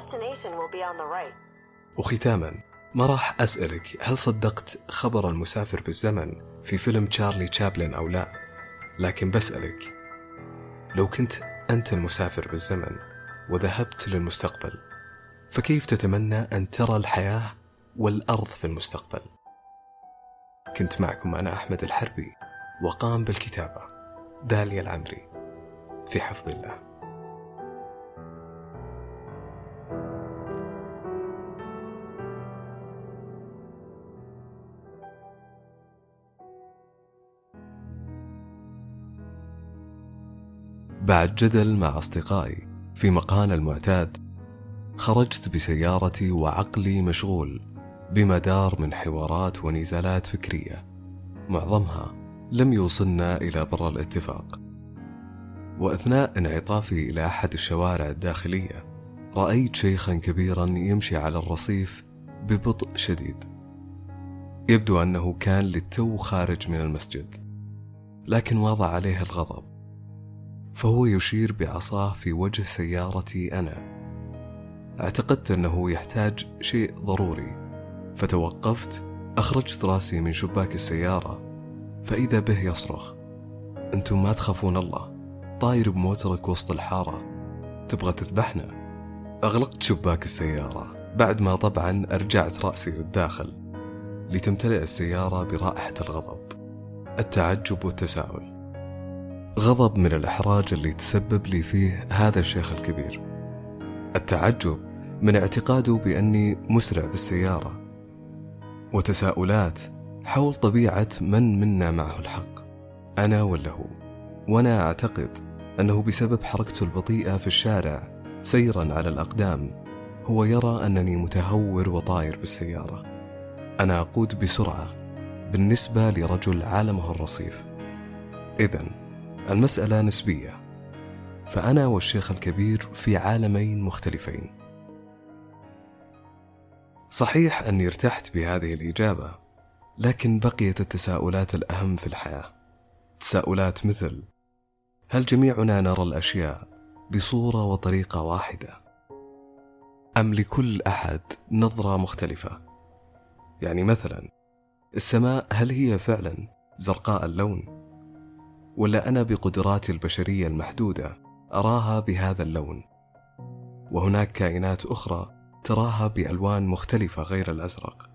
وختاما، ما راح أسألك هل صدقت خبر المسافر بالزمن في فيلم تشارلي تشابلن أو لا، لكن بسألك لو كنت أنت المسافر بالزمن وذهبت للمستقبل، فكيف تتمنى أن ترى الحياة والأرض في المستقبل؟ كنت معكم أنا أحمد الحربي، وقام بالكتابة داليا العمري، في حفظ الله. بعد جدل مع أصدقائي في مقهانا المعتاد، خرجت بسيارتي وعقلي مشغول بما دار من حوارات ونزالات فكرية، معظمها لم يوصلنا إلى بر الاتفاق. وأثناء انعطافي إلى أحد الشوارع الداخلية، رأيت شيخا كبيرا يمشي على الرصيف ببطء شديد، يبدو أنه كان للتو خارج من المسجد، لكن وضع عليه الغضب، فهو يشير بعصاه في وجه سيارتي أنا. اعتقدت أنه يحتاج شيء ضروري، فتوقفت، أخرجت راسي من شباك السيارة، فإذا به يصرخ: أنتم ما تخافون الله؟ طاير بموترك وسط الحارة، تبغى تذبحنا؟ أغلقت شباك السيارة، بعد ما طبعا أرجعت رأسي للداخل لتمتلئ السيارة برائحة الغضب، التعجب والتساؤل. غضب من الإحراج اللي تسبب لي فيه هذا الشيخ الكبير، التعجب من اعتقاده بأني مسرع بالسيارة، وتساؤلات حول طبيعة من منا معه الحق، أنا ولا هو. وأنا أعتقد أنه بسبب حركته البطيئة في الشارع سيرا على الأقدام، هو يرى أنني متهور وطاير بالسيارة. أنا أقود بسرعة بالنسبة لرجل عالمه الرصيف. إذن المسألة نسبية، فأنا والشيخ الكبير في عالمين مختلفين. صحيح أني ارتحت بهذه الإجابة، لكن بقيت التساؤلات الأهم في الحياة. تساؤلات مثل: هل جميعنا نرى الأشياء بصورة وطريقة واحدة؟ أم لكل أحد نظرة مختلفة؟ يعني مثلا، السماء هل هي فعلا زرقاء اللون؟ ولا أنا بقدراتي البشرية المحدودة أراها بهذا اللون، وهناك كائنات أخرى تراها بألوان مختلفة غير الأزرق؟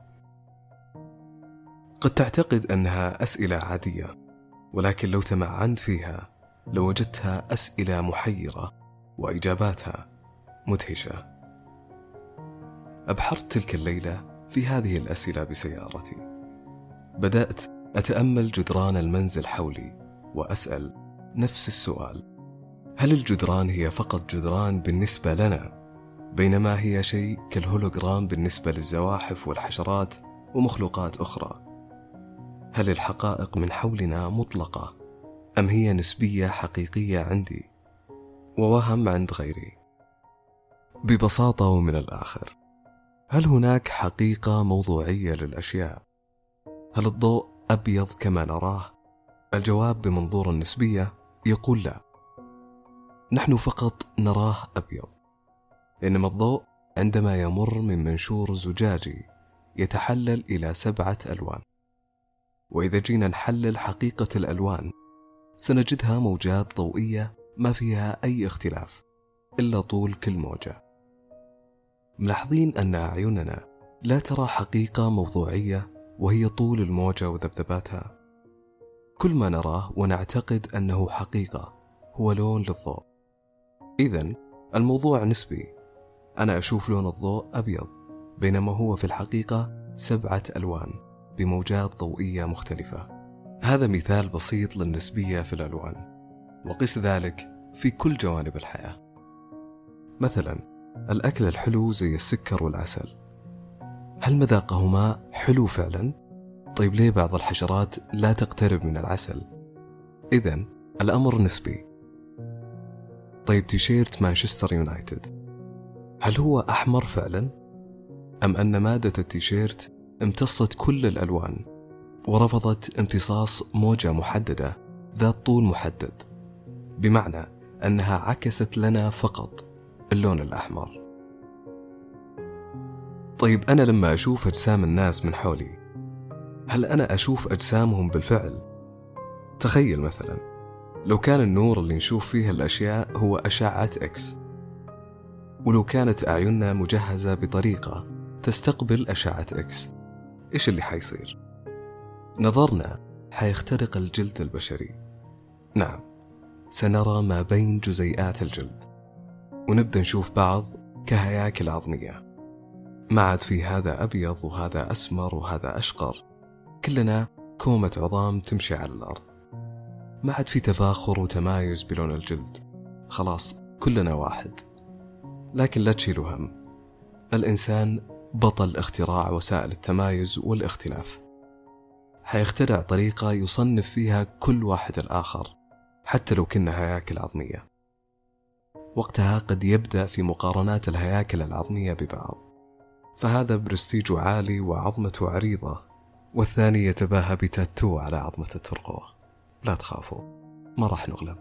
قد تعتقد أنها أسئلة عادية، ولكن لو تمعنت فيها لوجدتها أسئلة محيرة وإجاباتها مدهشة. أبحرت تلك الليلة في هذه الأسئلة بسيارتي. بدأت أتأمل جدران المنزل حولي وأسأل نفس السؤال: هل الجدران هي فقط جدران بالنسبة لنا، بينما هي شيء كالهولوغرام بالنسبة للزواحف والحشرات ومخلوقات أخرى؟ هل الحقائق من حولنا مطلقة، أم هي نسبية حقيقية عندي ووهم عند غيري؟ ببساطة ومن الآخر، هل هناك حقيقة موضوعية للأشياء؟ هل الضوء أبيض كما نراه؟ الجواب بمنظور النسبية يقول لا، نحن فقط نراه أبيض، إنما الضوء عندما يمر من منشور زجاجي يتحلل إلى 7 ألوان، وإذا جينا نحلل حقيقة الألوان سنجدها موجات ضوئية ما فيها أي اختلاف إلا طول كل موجة. ملاحظين أن أعيننا لا ترى حقيقة موضوعية وهي طول الموجة وذبذباتها. كل ما نراه ونعتقد أنه حقيقة هو لون للضوء. إذن الموضوع نسبي. أنا أشوف لون الضوء أبيض بينما هو في الحقيقة 7 ألوان بموجات ضوئية مختلفة. هذا مثال بسيط للنسبية في الألوان، وقس ذلك في كل جوانب الحياة. مثلا الأكل الحلو زي السكر والعسل، هل مذاقهما حلو فعلا؟ طيب ليه بعض الحشرات لا تقترب من العسل؟ إذن الأمر نسبي. طيب تيشيرت مانشستر يونايتد، هل هو أحمر فعلا؟ أم أن مادة التيشيرت امتصت كل الألوان ورفضت امتصاص موجة محددة ذات طول محدد، بمعنى أنها عكست لنا فقط اللون الأحمر؟ طيب أنا لما أشوف أجسام الناس من حولي، هل أنا أشوف أجسامهم بالفعل؟ تخيل مثلا لو كان النور اللي نشوف فيه الأشياء هو أشعة إكس، ولو كانت أعيننا مجهزة بطريقة تستقبل أشعة إكس، إيش اللي حيصير؟ نظرنا حيخترق الجلد البشري. نعم، سنرى ما بين جزيئات الجلد، ونبدأ نشوف بعض كهياكل عظمية. ما عاد في هذا أبيض وهذا أسمر وهذا أشقر، كلنا كومة عظام تمشي على الأرض. ما عاد في تفاخر وتمايز بلون الجلد، خلاص كلنا واحد. لكن لا تشيلوا هم، الإنسان بطل اختراع وسائل التمايز والاختلاف. حيخترع طريقة يصنف فيها كل واحد الآخر حتى لو كنا هياكل عظمية. وقتها قد يبدأ في مقارنات الهياكل العظمية ببعض، فهذا برستيجه عالي وعظمته عريضة، والثاني يتباهى بتاتو على عظمة الترقوة. لا تخافوا، ما راح نغلب.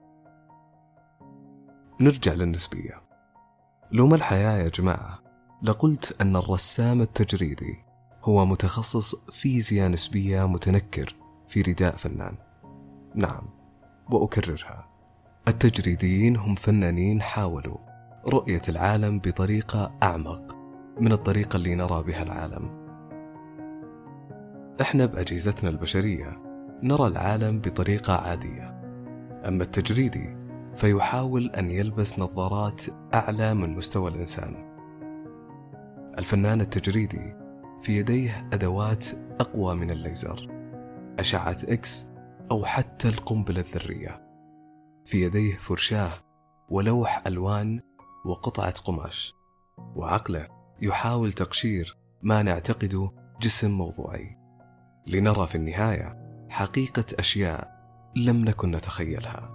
نرجع للنسبية. لو ما الحياة يا جماعة لقلت أن الرسام التجريدي هو متخصص فيزياء نسبية متنكر في رداء فنان. نعم، وأكررها، التجريديين هم فنانين حاولوا رؤية العالم بطريقة أعمق من الطريقة اللي نرى بها العالم. إحنا بأجهزتنا البشرية نرى العالم بطريقة عادية، أما التجريدي فيحاول أن يلبس نظارات أعلى من مستوى الإنسان. الفنان التجريدي في يديه أدوات أقوى من الليزر، أشعة إكس أو حتى القنبلة الذرية. في يديه فرشاة ولوح ألوان وقطعة قماش، وعقله يحاول تقشير ما نعتقده جسم موضوعي، لنرى في النهاية حقيقة أشياء لم نكن نتخيلها.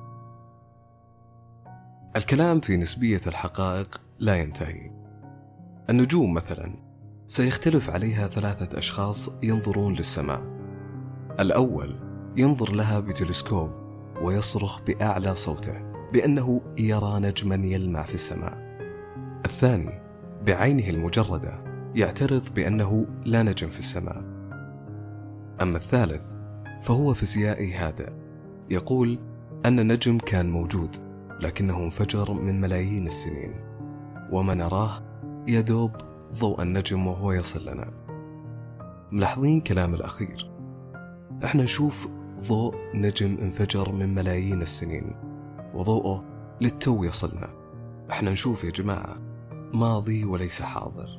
الكلام في نسبية الحقائق لا ينتهي. النجوم مثلا سيختلف عليها 3 أشخاص ينظرون للسماء. الأول ينظر لها بتلسكوب ويصرخ بأعلى صوته بأنه يرى نجما يلمع في السماء. الثاني بعينه المجردة يعترض بأنه لا نجم في السماء. أما الثالث فهو فيزيائي هادئ، يقول أن النجم كان موجود لكنه انفجر من ملايين السنين، وما نراه يدوب ضوء النجم وهو يصل لنا. ملاحظين كلام الأخير؟ احنا نشوف ضوء نجم انفجر من ملايين السنين وضوءه للتو يصلنا. احنا نشوف يا جماعة ماضي وليس حاضر.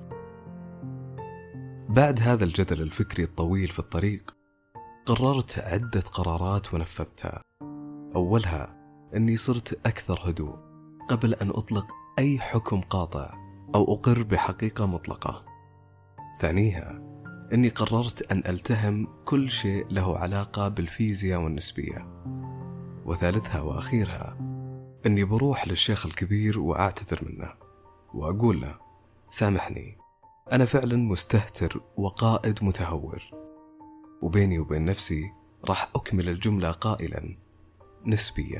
بعد هذا الجدل الفكري الطويل في الطريق، قررت عدة قرارات ونفذتها. أولها أني صرت أكثر هدوء قبل أن أطلق أي حكم قاطع أو أقر بحقيقة مطلقة. ثانيها أني قررت أن ألتهم كل شيء له علاقة بالفيزياء والنسبية. وثالثها وأخيرها أني بروح للشيخ الكبير وأعتذر منه وأقول له سامحني، أنا فعلا مستهتر وقائد متهور. وبيني وبين نفسي راح أكمل الجملة قائلا نسبيا.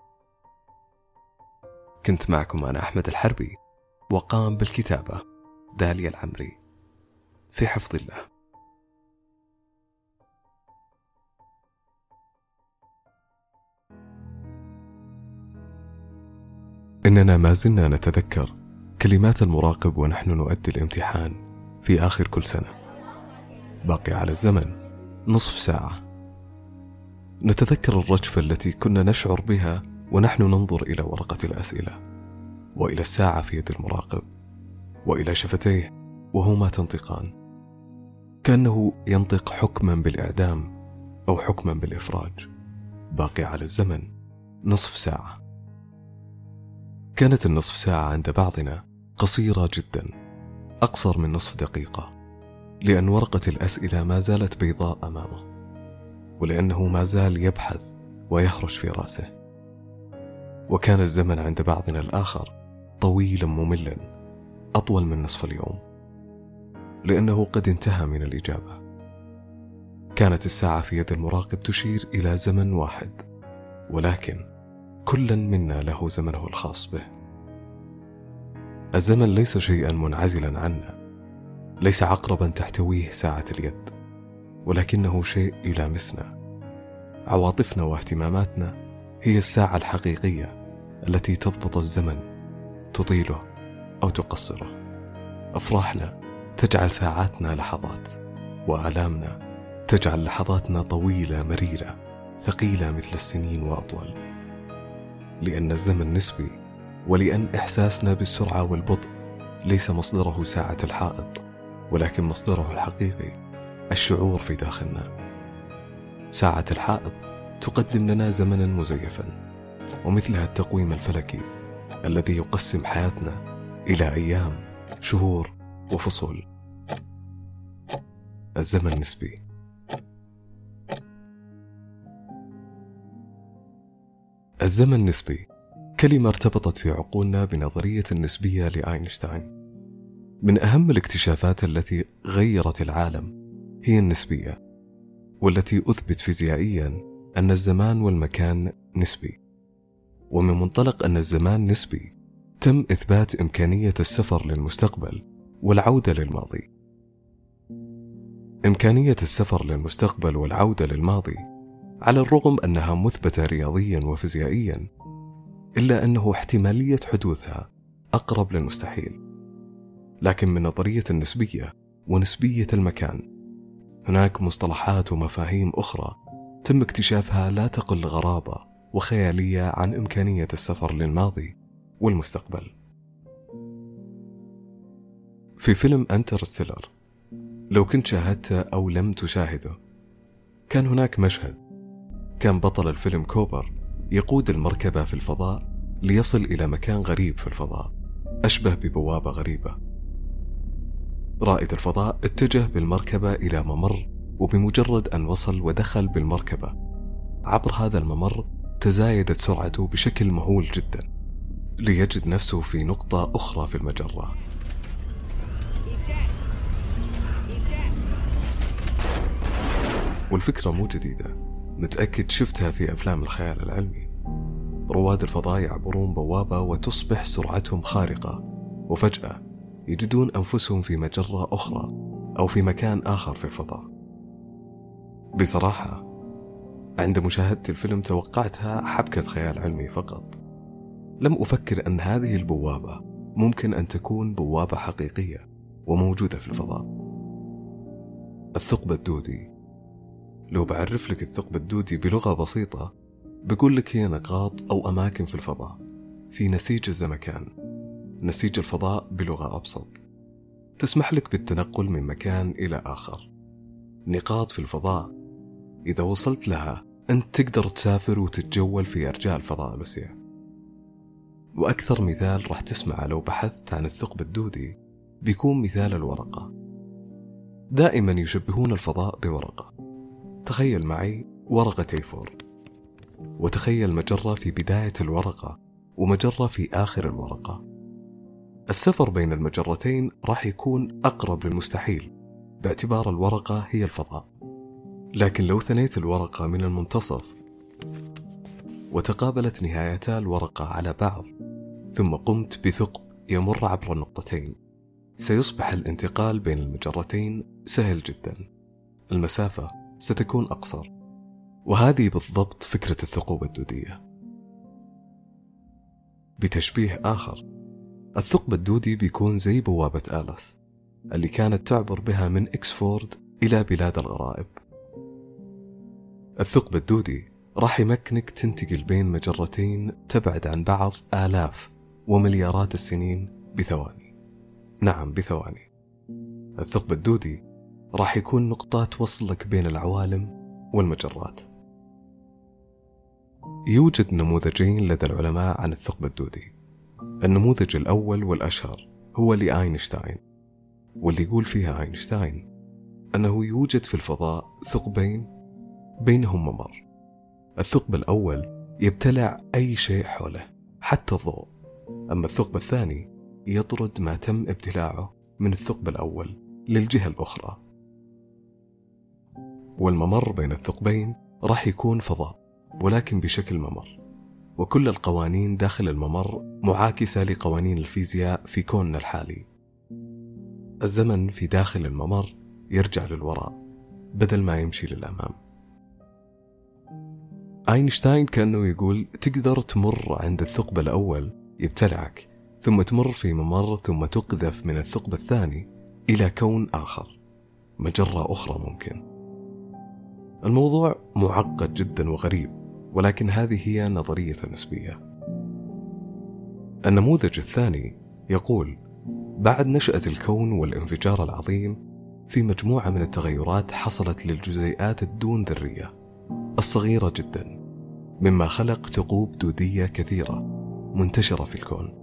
كنت معكم أنا أحمد الحربي، وقام بالكتابة داليا العمري. في حفظ الله. إننا ما زلنا نتذكر كلمات المراقب ونحن نؤدي الامتحان في آخر كل سنة. باقي على الزمن نصف ساعة. نتذكر الرجفة التي كنا نشعر بها ونحن ننظر إلى ورقة الأسئلة، وإلى الساعة في يد المراقب، وإلى شفتيه وهما تنطقان، كأنه ينطق حكما بالإعدام أو حكما بالإفراج. باقي على الزمن نصف ساعة. كانت النصف ساعة عند بعضنا قصيرة جدا، أقصر من نصف دقيقة، لأن ورقة الأسئلة ما زالت بيضاء أمامه، ولأنه ما زال يبحث ويهرش في رأسه. وكان الزمن عند بعضنا الآخر طويلا مملا، أطول من نصف اليوم، لأنه قد انتهى من الإجابة. كانت الساعة في يد المراقب تشير إلى زمن واحد، ولكن كلا منا له زمنه الخاص به. الزمن ليس شيئا منعزلا عنا، ليس عقربا تحتويه ساعة اليد، ولكنه شيء يلامسنا. عواطفنا واهتماماتنا هي الساعة الحقيقية التي تضبط الزمن، تطيله أو تقصره. أفراحنا تجعل ساعاتنا لحظات، وآلامنا تجعل لحظاتنا طويلة مريرة ثقيلة مثل السنين وأطول. لأن الزمن نسبي، ولأن إحساسنا بالسرعة والبطء ليس مصدره ساعة الحائط، ولكن مصدره الحقيقي الشعور في داخلنا. ساعة الحائط تقدم لنا زمنا مزيفا، ومثلها التقويم الفلكي الذي يقسم حياتنا إلى أيام، شهور وفصول. الزمن نسبي. الزمن نسبي كلمة ارتبطت في عقولنا بنظرية النسبية لأينشتاين. من أهم الاكتشافات التي غيرت العالم هي النسبية، والتي أثبت فيزيائيا أن الزمان والمكان نسبي. ومن منطلق أن الزمان نسبي، تم إثبات إمكانية السفر للمستقبل والعودة للماضي. إمكانية السفر للمستقبل والعودة للماضي، على الرغم أنها مثبتة رياضيا وفيزيائيا، إلا أنه احتمالية حدوثها أقرب للمستحيل. لكن من نظرية النسبية ونسبية المكان، هناك مصطلحات ومفاهيم أخرى تم اكتشافها لا تقل غرابة وخيالية عن إمكانية السفر للماضي والمستقبل. في فيلم انترستيلر، لو كنت شاهدته أو لم تشاهده، كان هناك مشهد كان بطل الفيلم كوبر يقود المركبة في الفضاء ليصل إلى مكان غريب في الفضاء أشبه ببوابة غريبة. رائد الفضاء اتجه بالمركبة إلى ممر، وبمجرد أن وصل ودخل بالمركبة عبر هذا الممر، تزايدت سرعته بشكل مهول جدا، ليجد نفسه في نقطة أخرى في المجرة. والفكرة مو جديدة، متأكد شفتها في أفلام الخيال العلمي. رواد الفضاء يعبرون بوابة وتصبح سرعتهم خارقة، وفجأة يجدون أنفسهم في مجرة أخرى أو في مكان آخر في الفضاء. بصراحة عند مشاهدة الفيلم توقعتها حبكة خيال علمي فقط، لم أفكر أن هذه البوابة ممكن أن تكون بوابة حقيقية وموجودة في الفضاء. الثقب الدودي، لو بعرف لك الثقب الدودي بلغة بسيطة، بقول لك هي نقاط أو أماكن في الفضاء في نسيج الزمكان، نسيج الفضاء بلغة أبسط، تسمح لك بالتنقل من مكان إلى آخر. نقاط في الفضاء إذا وصلت لها أنت تقدر تسافر وتتجول في أرجاء الفضاء الوسيع. وأكثر مثال راح تسمع لو بحثت عن الثقب الدودي بيكون مثال الورقة. دائما يشبهون الفضاء بورقة. تخيل معي ورقة A4، وتخيل مجرة في بداية الورقة ومجرة في آخر الورقة. السفر بين المجرتين راح يكون أقرب للمستحيل باعتبار الورقة هي الفضاء. لكن لو ثنيت الورقة من المنتصف وتقابلت نهايتا الورقة على بعض، ثم قمت بثقب يمر عبر النقطتين، سيصبح الانتقال بين المجرتين سهل جدا، المسافة ستكون أقصر. وهذه بالضبط فكرة الثقوب الدودية. بتشبيه آخر، الثقب الدودي بيكون زي بوابة آلس، اللي كانت تعبر بها من إكسفورد إلى بلاد الغرائب. الثقب الدودي راح يمكنك تنتقل بين مجرتين تبعد عن بعض آلاف ومليارات السنين بثواني. نعم، بثواني. الثقب الدودي راح يكون نقطة توصلك بين العوالم والمجرات. يوجد نموذجين لدى العلماء عن الثقب الدودي. النموذج الأول والأشهر هو لأينشتاين، واللي يقول فيها أينشتاين أنه يوجد في الفضاء ثقبين بينهم ممر. الثقب الأول يبتلع أي شيء حوله حتى الضوء، أما الثقب الثاني يطرد ما تم ابتلاعه من الثقب الأول للجهة الأخرى. والممر بين الثقبين راح يكون فضاء ولكن بشكل ممر، وكل القوانين داخل الممر معاكسة لقوانين الفيزياء في كوننا الحالي. الزمن في داخل الممر يرجع للوراء بدل ما يمشي للأمام. أينشتاين كأنه يقول تقدر تمر عند الثقب الأول يبتلعك، ثم تمر في ممر، ثم تقذف من الثقب الثاني إلى كون آخر، مجرة أخرى ممكن. الموضوع معقد جدا وغريب، ولكن هذه هي نظرية النسبية. النموذج الثاني يقول بعد نشأة الكون والانفجار العظيم في مجموعة من التغيرات حصلت للجزيئات الدون ذرية الصغيرة جدا، مما خلق ثقوب دودية كثيرة منتشرة في الكون.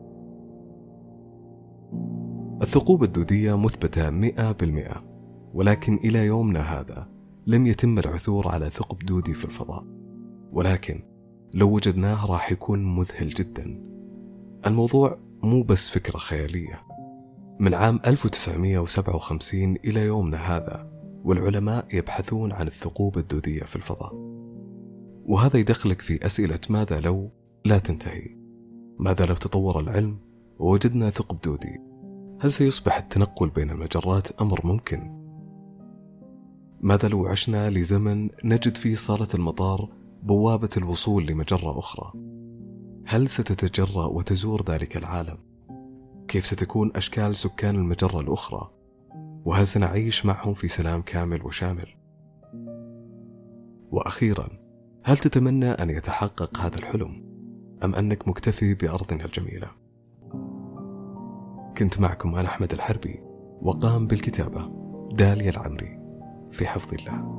الثقوب الدودية مثبتة 100%، ولكن إلى يومنا هذا لم يتم العثور على ثقب دودي في الفضاء، ولكن لو وجدناه راح يكون مذهل جدا. الموضوع مو بس فكرة خيالية. من عام 1957 إلى يومنا هذا والعلماء يبحثون عن الثقوب الدودية في الفضاء، وهذا يدخلك في أسئلة ماذا لو لا تنتهي. ماذا لو تطور العلم ووجدنا ثقب دودي؟ هل سيصبح التنقل بين المجرات أمر ممكن؟ ماذا لو عشنا لزمن نجد فيه صالة المطار بوابة الوصول لمجرة أخرى؟ هل ستتجرأ وتزور ذلك العالم؟ كيف ستكون أشكال سكان المجرة الأخرى؟ وهل سنعيش معهم في سلام كامل وشامل؟ وأخيرا، هل تتمنى أن يتحقق هذا الحلم أم أنك مكتفي بأرضنا الجميلة؟ كنت معكم أنا أحمد الحربي، وقام بالكتابة داليا العمري، في حفظ الله.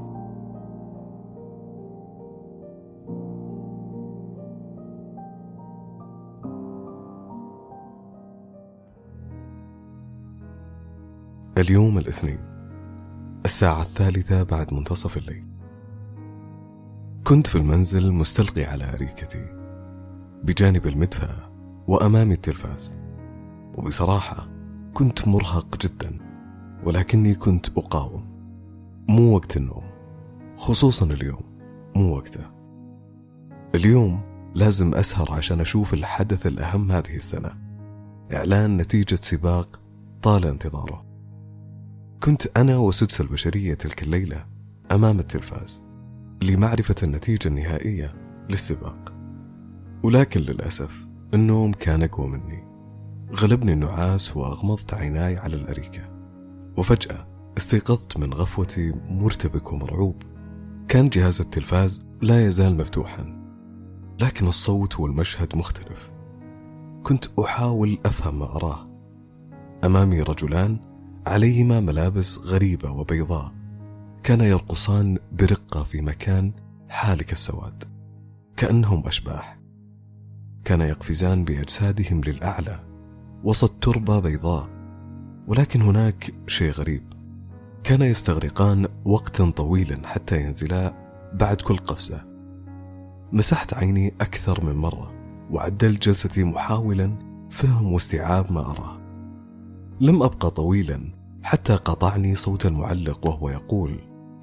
اليوم الاثنين، الساعة 3 بعد منتصف الليل. كنت في المنزل مستلقي على أريكتي بجانب المدفأة وأمامي التلفاز، وبصراحة كنت مرهق جدا، ولكني كنت أقاوم. مو وقت النوم، خصوصا اليوم مو وقته. اليوم لازم أسهر عشان أشوف الحدث الأهم هذه السنة، إعلان نتيجة سباق طال انتظاره. كنت أنا وسدس البشرية تلك الليلة أمام التلفاز لمعرفة النتيجة النهائية للسباق، ولكن للأسف النوم كان أقوى مني. غلبني النعاس وأغمضت عيناي على الأريكة، وفجأة استيقظت من غفوتي مرتبك ومرعوب. كان جهاز التلفاز لا يزال مفتوحا، لكن الصوت والمشهد مختلف. كنت أحاول أفهم ما أراه. أمامي رجلان عليهما ملابس غريبة وبيضاء، كان يرقصان برقة في مكان حالك السواد، كأنهم أشباح. كان يقفزان بأجسادهم للأعلى وسط تربة بيضاء، ولكن هناك شيء غريب، كان يستغرقان وقتا طويلا حتى ينزلا بعد كل قفزة. مسحت عيني أكثر من مرة وعدلت جلستي محاولا فهم واستيعاب ما أراه. لم أبقى طويلا حتى قطعني صوت المعلق وهو يقول: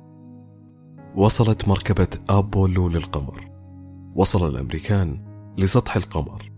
وصلت مركبة أبولو للقمر، وصل الأمريكان لسطح القمر.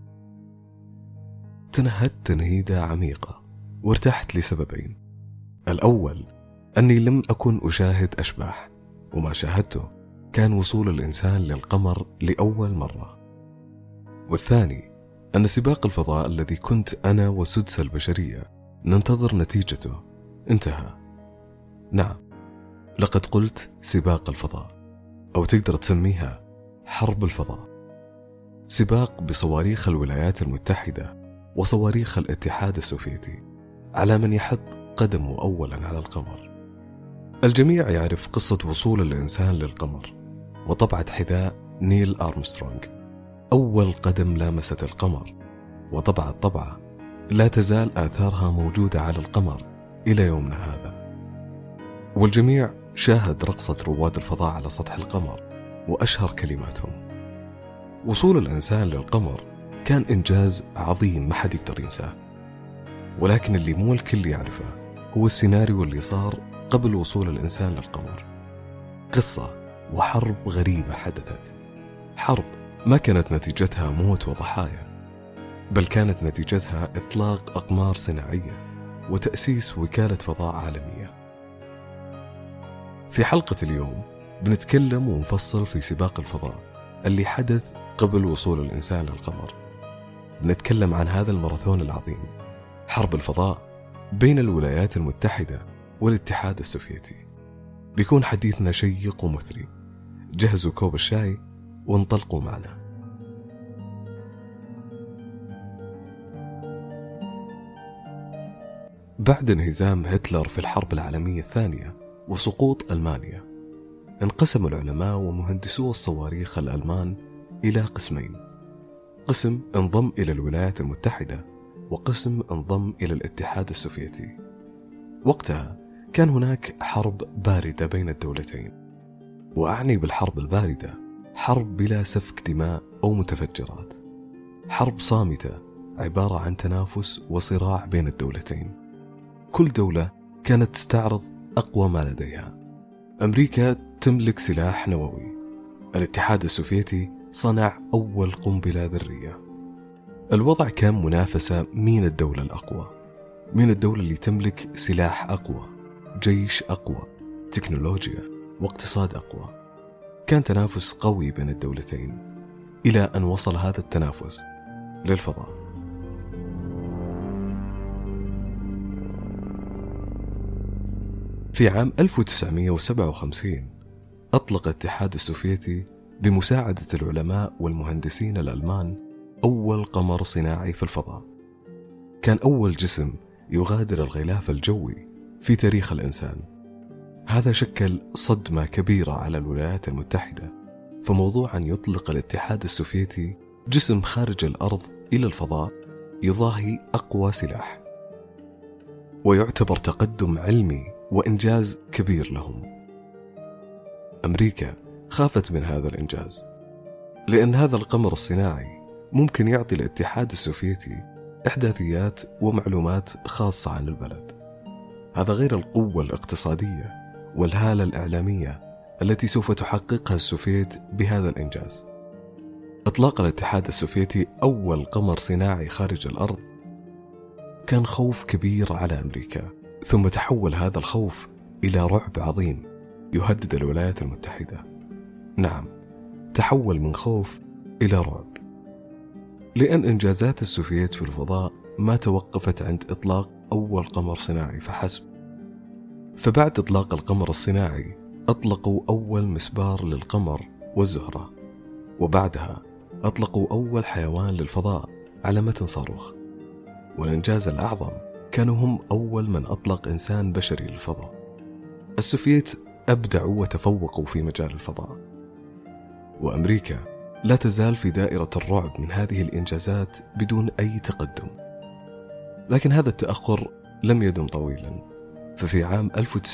تنهدت تنهيدة عميقة وارتحت لسببين. الأول أني لم أكن أشاهد أشباح، وما شاهدته كان وصول الإنسان للقمر لأول مرة. والثاني أن سباق الفضاء الذي كنت أنا وسدس البشرية ننتظر نتيجته انتهى. نعم، لقد قلت سباق الفضاء، أو تقدر تسميها حرب الفضاء. سباق بصواريخ الولايات المتحدة وصواريخ الاتحاد السوفيتي على من يحط قدمه أولا على القمر. الجميع يعرف قصة وصول الإنسان للقمر وطبعة حذاء نيل آرمسترونغ، أول قدم لامست القمر، وطبعت طبعة لا تزال آثارها موجودة على القمر إلى يومنا هذا. والجميع شاهد رقصة رواد الفضاء على سطح القمر وأشهر كلماتهم. وصول الإنسان للقمر كان إنجاز عظيم ما حد يقدر ينساه، ولكن اللي مو الكل يعرفه هو السيناريو اللي صار قبل وصول الإنسان للقمر. قصة وحرب غريبة حدثت، حرب ما كانت نتيجتها موت وضحايا، بل كانت نتيجتها إطلاق أقمار صناعية وتأسيس وكالة فضاء عالمية. في حلقة اليوم بنتكلم ونفصل في سباق الفضاء اللي حدث قبل وصول الإنسان للقمر. بنتكلم عن هذا الماراثون العظيم، حرب الفضاء بين الولايات المتحدة والاتحاد السوفيتي. بيكون حديثنا شيق ومثري. جهزوا كوب الشاي وانطلقوا معنا. بعد انهزام هتلر في الحرب العالمية الثانية وسقوط ألمانيا، انقسم العلماء ومهندسو الصواريخ الألمان إلى قسمين: قسم انضم إلى الولايات المتحدة، وقسم انضم إلى الاتحاد السوفيتي. وقتها كان هناك حرب باردة بين الدولتين، وأعني بالحرب الباردة حرب بلا سفك دماء أو متفجرات، حرب صامتة عبارة عن تنافس وصراع بين الدولتين. كل دولة كانت تستعرض أقوى ما لديها. أمريكا تملك سلاح نووي، الاتحاد السوفيتي صنع أول قنبلة ذرية. الوضع كان منافسة مين الدولة الأقوى، مين الدولة اللي تملك سلاح أقوى، جيش أقوى، تكنولوجيا واقتصاد أقوى. كان تنافس قوي بين الدولتين إلى أن وصل هذا التنافس للفضاء. في عام 1957 أطلق الاتحاد السوفيتي بمساعدة العلماء والمهندسين الألمان أول قمر صناعي في الفضاء. كان أول جسم يغادر الغلاف الجوي في تاريخ الإنسان. هذا شكل صدمة كبيرة على الولايات المتحدة، فموضوع أن يطلق الاتحاد السوفيتي جسم خارج الأرض إلى الفضاء يضاهي أقوى سلاح، ويعتبر تقدم علمي وإنجاز كبير لهم. أمريكا خافت من هذا الإنجاز، لأن هذا القمر الصناعي ممكن يعطي الاتحاد السوفيتي إحداثيات ومعلومات خاصة عن البلد. هذا غير القوة الاقتصادية والهالة الإعلامية التي سوف تحققها السوفيت بهذا الإنجاز. إطلاق الاتحاد السوفيتي أول قمر صناعي خارج الأرض كان خوف كبير على أمريكا، ثم تحول هذا الخوف إلى رعب عظيم يهدد الولايات المتحدة. نعم، تحول من خوف إلى رعب، لأن إنجازات السوفيت في الفضاء ما توقفت عند إطلاق أول قمر صناعي فحسب. فبعد إطلاق القمر الصناعي أطلقوا أول مسبار للقمر والزهرة، وبعدها أطلقوا أول حيوان للفضاء على متن صاروخ. والإنجاز الأعظم كانوا هم أول من أطلق إنسان بشري للفضاء. السوفيت أبدعوا وتفوقوا في مجال الفضاء، وأمريكا لا تزال في دائرة الرعب من هذه الإنجازات بدون أي تقدم. لكن هذا التأخر لم يدم طويلا، ففي عام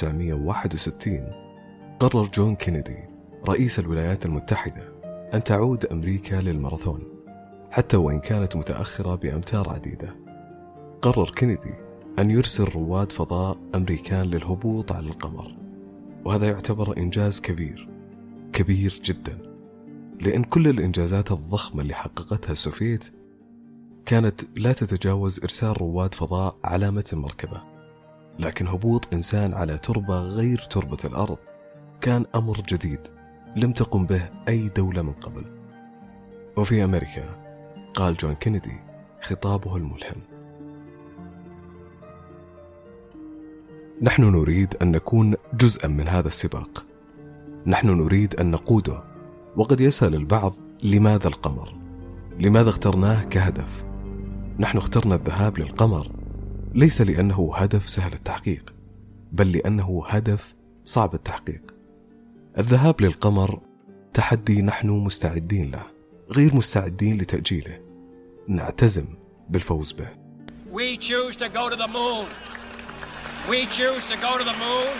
1961 قرر جون كينيدي رئيس الولايات المتحدة أن تعود أمريكا للماراثون، حتى وإن كانت متأخرة بأمتار عديدة. قرر كينيدي أن يرسل رواد فضاء أمريكان للهبوط على القمر، وهذا يعتبر إنجاز كبير كبير جدا، لأن كل الإنجازات الضخمة اللي حققتها السوفيت كانت لا تتجاوز إرسال رواد فضاء على متن مركبة. لكن هبوط إنسان على تربة غير تربة الأرض كان أمر جديد لم تقم به أي دولة من قبل. وفي أمريكا قال جون كينيدي خطابه الملهم: نحن نريد أن نكون جزءا من هذا السباق. نحن نريد أن نقوده. وقد يسأل البعض: لماذا القمر؟ لماذا اخترناه كهدف؟ نحن اخترنا الذهاب للقمر ليس لأنه هدف سهل التحقيق، بل لأنه هدف صعب التحقيق. الذهاب للقمر تحدي نحن مستعدين له، غير مستعدين لتأجيله. نعتزم بالفوز به. We choose to go to the moon. We choose to go to the moon.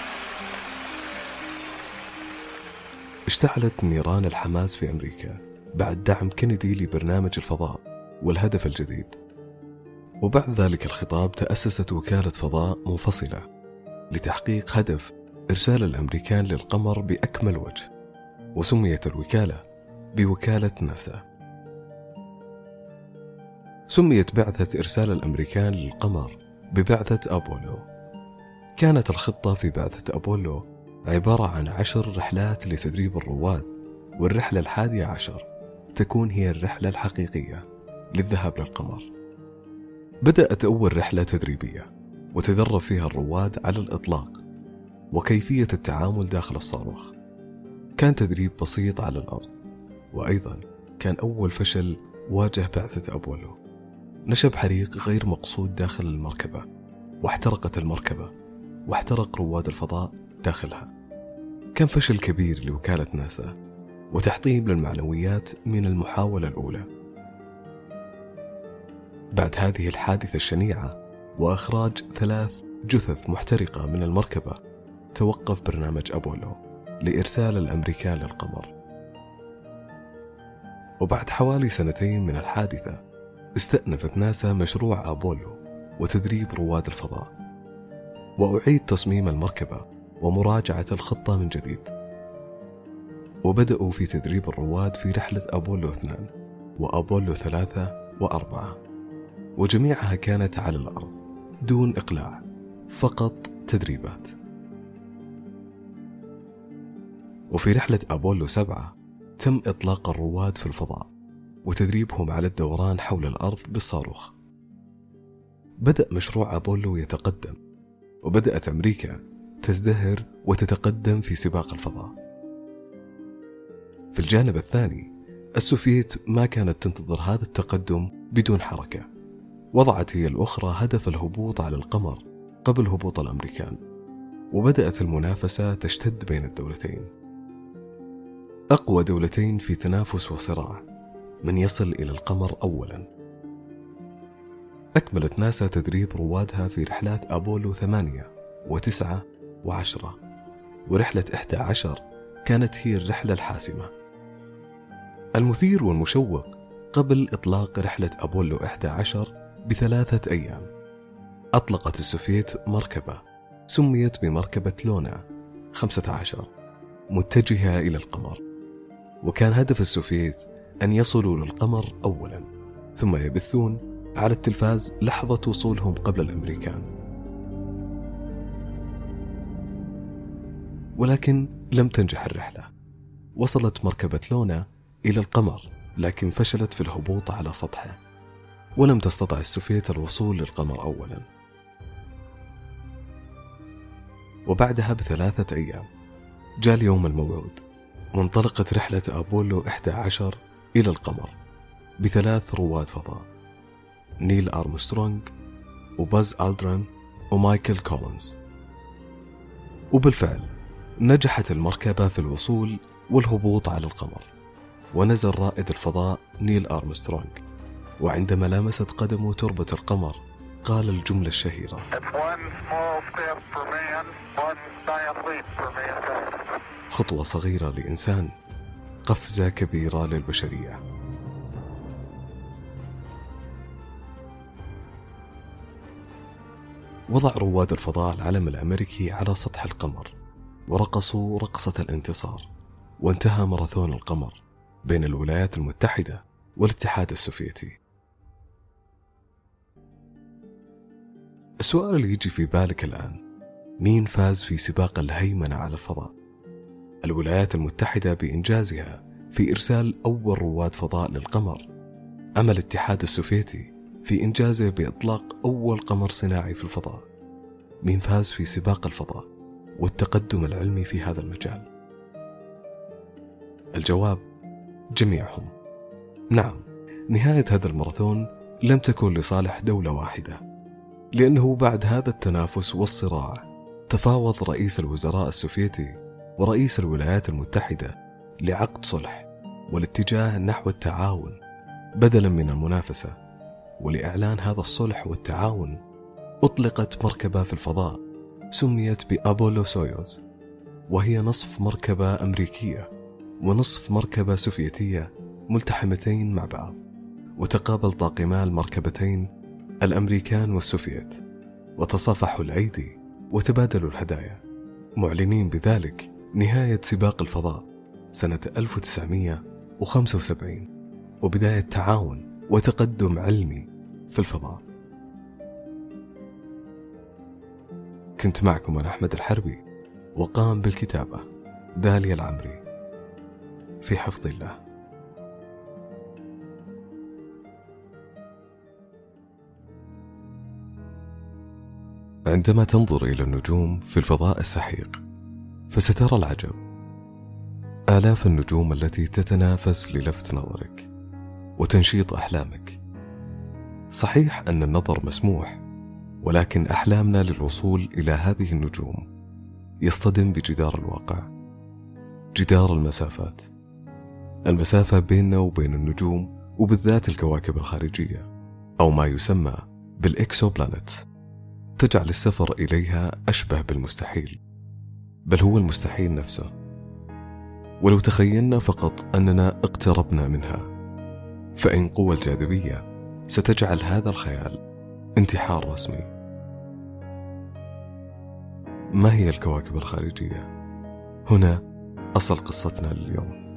اشتعلت نيران الحماس في أمريكا بعد دعم كينيدي لبرنامج الفضاء والهدف الجديد. وبعد ذلك الخطاب تأسست وكالة فضاء منفصلة لتحقيق هدف إرسال الأمريكان للقمر بأكمل وجه، وسميت الوكالة بوكالة ناسا. سميت بعثة إرسال الأمريكان للقمر ببعثة أبولو. كانت الخطة في بعثة أبولو عبارة عن 10 رحلات لتدريب الرواد، والرحلة 11 تكون هي الرحلة الحقيقية للذهاب للقمر. بدأت أول رحلة تدريبية وتدرب فيها الرواد على الإطلاق وكيفية التعامل داخل الصاروخ. كان تدريب بسيط على الأرض، وأيضا كان أول فشل واجه بعثة أبولو. نشب حريق غير مقصود داخل المركبة، واحترقت المركبة، واحترق رواد الفضاء داخلها. كان فشل كبير لوكالة ناسا وتحطيم للمعنويات من المحاولة الأولى. بعد هذه الحادثة الشنيعة وإخراج 3 جثث محترقة من المركبة، توقف برنامج أبولو لإرسال الأمريكان للقمر. وبعد حوالي 2 من الحادثة استأنفت ناسا مشروع أبولو وتدريب رواد الفضاء، وأعيد تصميم المركبة ومراجعة الخطة من جديد. وبدأوا في تدريب الرواد في رحلة أبولو 2 وأبولو 3 و4، وجميعها كانت على الأرض دون إقلاع، فقط تدريبات. وفي رحلة أبولو 7 تم إطلاق الرواد في الفضاء وتدريبهم على الدوران حول الأرض بالصاروخ. بدأ مشروع أبولو يتقدم، وبدأت أمريكا تزدهر وتتقدم في سباق الفضاء. في الجانب الثاني السوفييت ما كانت تنتظر هذا التقدم بدون حركة. وضعت هي الأخرى هدف الهبوط على القمر قبل هبوط الأمريكان، وبدأت المنافسة تشتد بين الدولتين. أقوى دولتين في تنافس وصراع من يصل إلى القمر أولا. أكملت ناسا تدريب روادها في رحلات أبولو 8 و9 و10، ورحلة 11 كانت هي الرحلة الحاسمة. المثير والمشوق قبل إطلاق رحلة أبولو 11 ب3 أيام، أطلقت السوفييت مركبة سميت بمركبة لونا 15 متجهة إلى القمر. وكان هدف السوفييت أن يصلوا للقمر أولا، ثم يبثون على التلفاز لحظة وصولهم قبل الأمريكان. ولكن لم تنجح الرحلة. وصلت مركبة لونا إلى القمر، لكن فشلت في الهبوط على سطحه، ولم تستطع السوفييت الوصول للقمر أولا. وبعدها ب3 أيام جاء اليوم الموعود، وانطلقت رحلة أبولو 11 إلى القمر ب3 رواد فضاء: نيل أرمسترونغ وباز ألدرين ومايكل كولينز. وبالفعل نجحت المركبة في الوصول والهبوط على القمر، ونزل رائد الفضاء نيل أرمسترونغ، وعندما لمست قدمه تربة القمر قال الجملة الشهيرة: خطوة صغيرة لإنسان، قفزة كبيرة للبشرية. وضع رواد الفضاء العلم الأمريكي على سطح القمر، ورقصوا رقصة الانتصار، وانتهى ماراثون القمر بين الولايات المتحدة والاتحاد السوفيتي. السؤال اللي يجي في بالك الآن: مين فاز في سباق الهيمنة على الفضاء؟ الولايات المتحدة بإنجازها في إرسال أول رواد فضاء للقمر، أما الاتحاد السوفيتي في إنجازه بإطلاق أول قمر صناعي في الفضاء. مين فاز في سباق الفضاء والتقدم العلمي في هذا المجال؟ الجواب: جميعهم. نعم، نهاية هذا الماراثون لم تكن لصالح دولة واحدة، لأنه بعد هذا التنافس والصراع تفاوض رئيس الوزراء السوفيتي ورئيس الولايات المتحدة لعقد صلح والاتجاه نحو التعاون بدلا من المنافسة. ولإعلان هذا الصلح والتعاون أطلقت مركبة في الفضاء سميت بأبولو سويوز، وهي نصف مركبة أمريكية ونصف مركبة سوفيتية ملتحمتين مع بعض، وتقابل طاقما المركبتين الأمريكان والسوفيت، وتصافحوا الأيدي وتبادلوا الهدايا، معلنين بذلك نهاية سباق الفضاء سنة 1975 وبداية تعاون وتقدم علمي في الفضاء. كنت معكم أنا أحمد الحربي، وقام بالكتابة داليا العمري. في حفظ الله. عندما تنظر إلى النجوم في الفضاء السحيق فسترى العجب، آلاف النجوم التي تتنافس للفت نظرك وتنشيط أحلامك. صحيح أن النظر مسموح، ولكن أحلامنا للوصول إلى هذه النجوم يصطدم بجدار الواقع، جدار المسافات، المسافة بيننا وبين النجوم، وبالذات الكواكب الخارجية أو ما يسمى بالإكسوبلانيتس، تجعل السفر إليها أشبه بالمستحيل، بل هو المستحيل نفسه. ولو تخيلنا فقط أننا اقتربنا منها، فإن قوى الجاذبية ستجعل هذا الخيال انتحار رسمي. ما هي الكواكب الخارجية؟ هنا أصل قصتنا لليوم.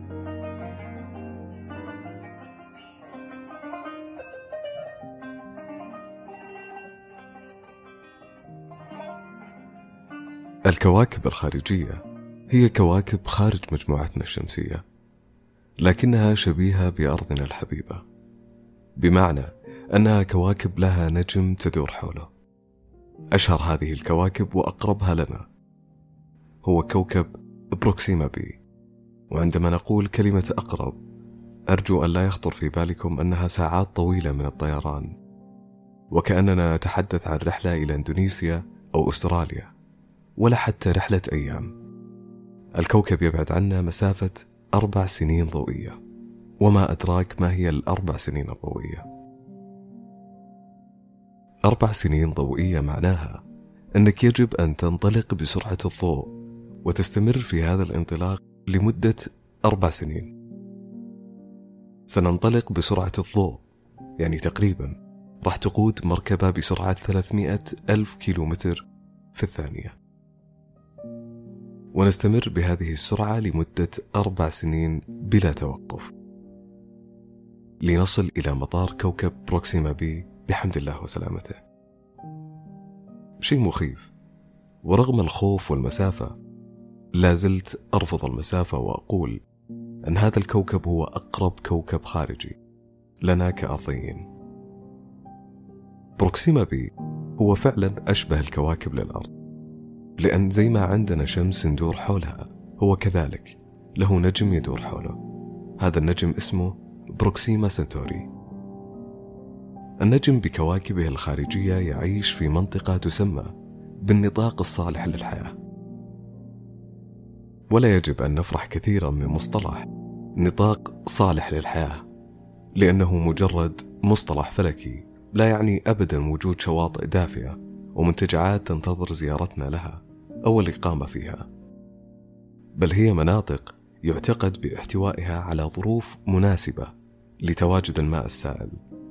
الكواكب الخارجية هي كواكب خارج مجموعتنا الشمسية، لكنها شبيهة بأرضنا الحبيبة، بمعنى أنها كواكب لها نجم تدور حوله. أشهر هذه الكواكب وأقربها لنا هو كوكب بروكسيما بي. وعندما نقول كلمة أقرب، أرجو أن لا يخطر في بالكم أنها ساعات طويلة من الطيران، وكأننا نتحدث عن رحلة إلى إندونيسيا أو أستراليا، ولا حتى رحلة أيام. الكوكب يبعد عنا مسافة 4 سنين ضوئية، وما أدراك ما هي 4 سنين الضوئية. 4 سنين ضوئية معناها أنك يجب أن تنطلق بسرعة الضوء وتستمر في هذا الانطلاق لمدة 4 سنين. سننطلق بسرعة الضوء، يعني تقريبا راح تقود مركبة بسرعة 300,000 كيلومتر في الثانية، ونستمر بهذه السرعة لمدة 4 سنين بلا توقف، لنصل إلى مطار كوكب بروكسيما بي بحمد الله وسلامته. شيء مخيف، ورغم الخوف والمسافة لا زلت أرفض المسافة وأقول أن هذا الكوكب هو أقرب كوكب خارجي لنا كأرضيين. بروكسيما بي هو فعلا أشبه الكواكب للأرض، لأن زي ما عندنا شمس ندور حولها، هو كذلك له نجم يدور حوله. هذا النجم اسمه بروكسيما سنتوري. النجم بكواكبه الخارجية يعيش في منطقة تسمى بالنطاق الصالح للحياة. ولا يجب أن نفرح كثيرا من مصطلح نطاق صالح للحياة، لأنه مجرد مصطلح فلكي لا يعني أبدا وجود شواطئ دافئة ومنتجعات تنتظر زيارتنا لها أو الإقامة فيها، بل هي مناطق يعتقد باحتوائها على ظروف مناسبة لتواجد الماء السائل.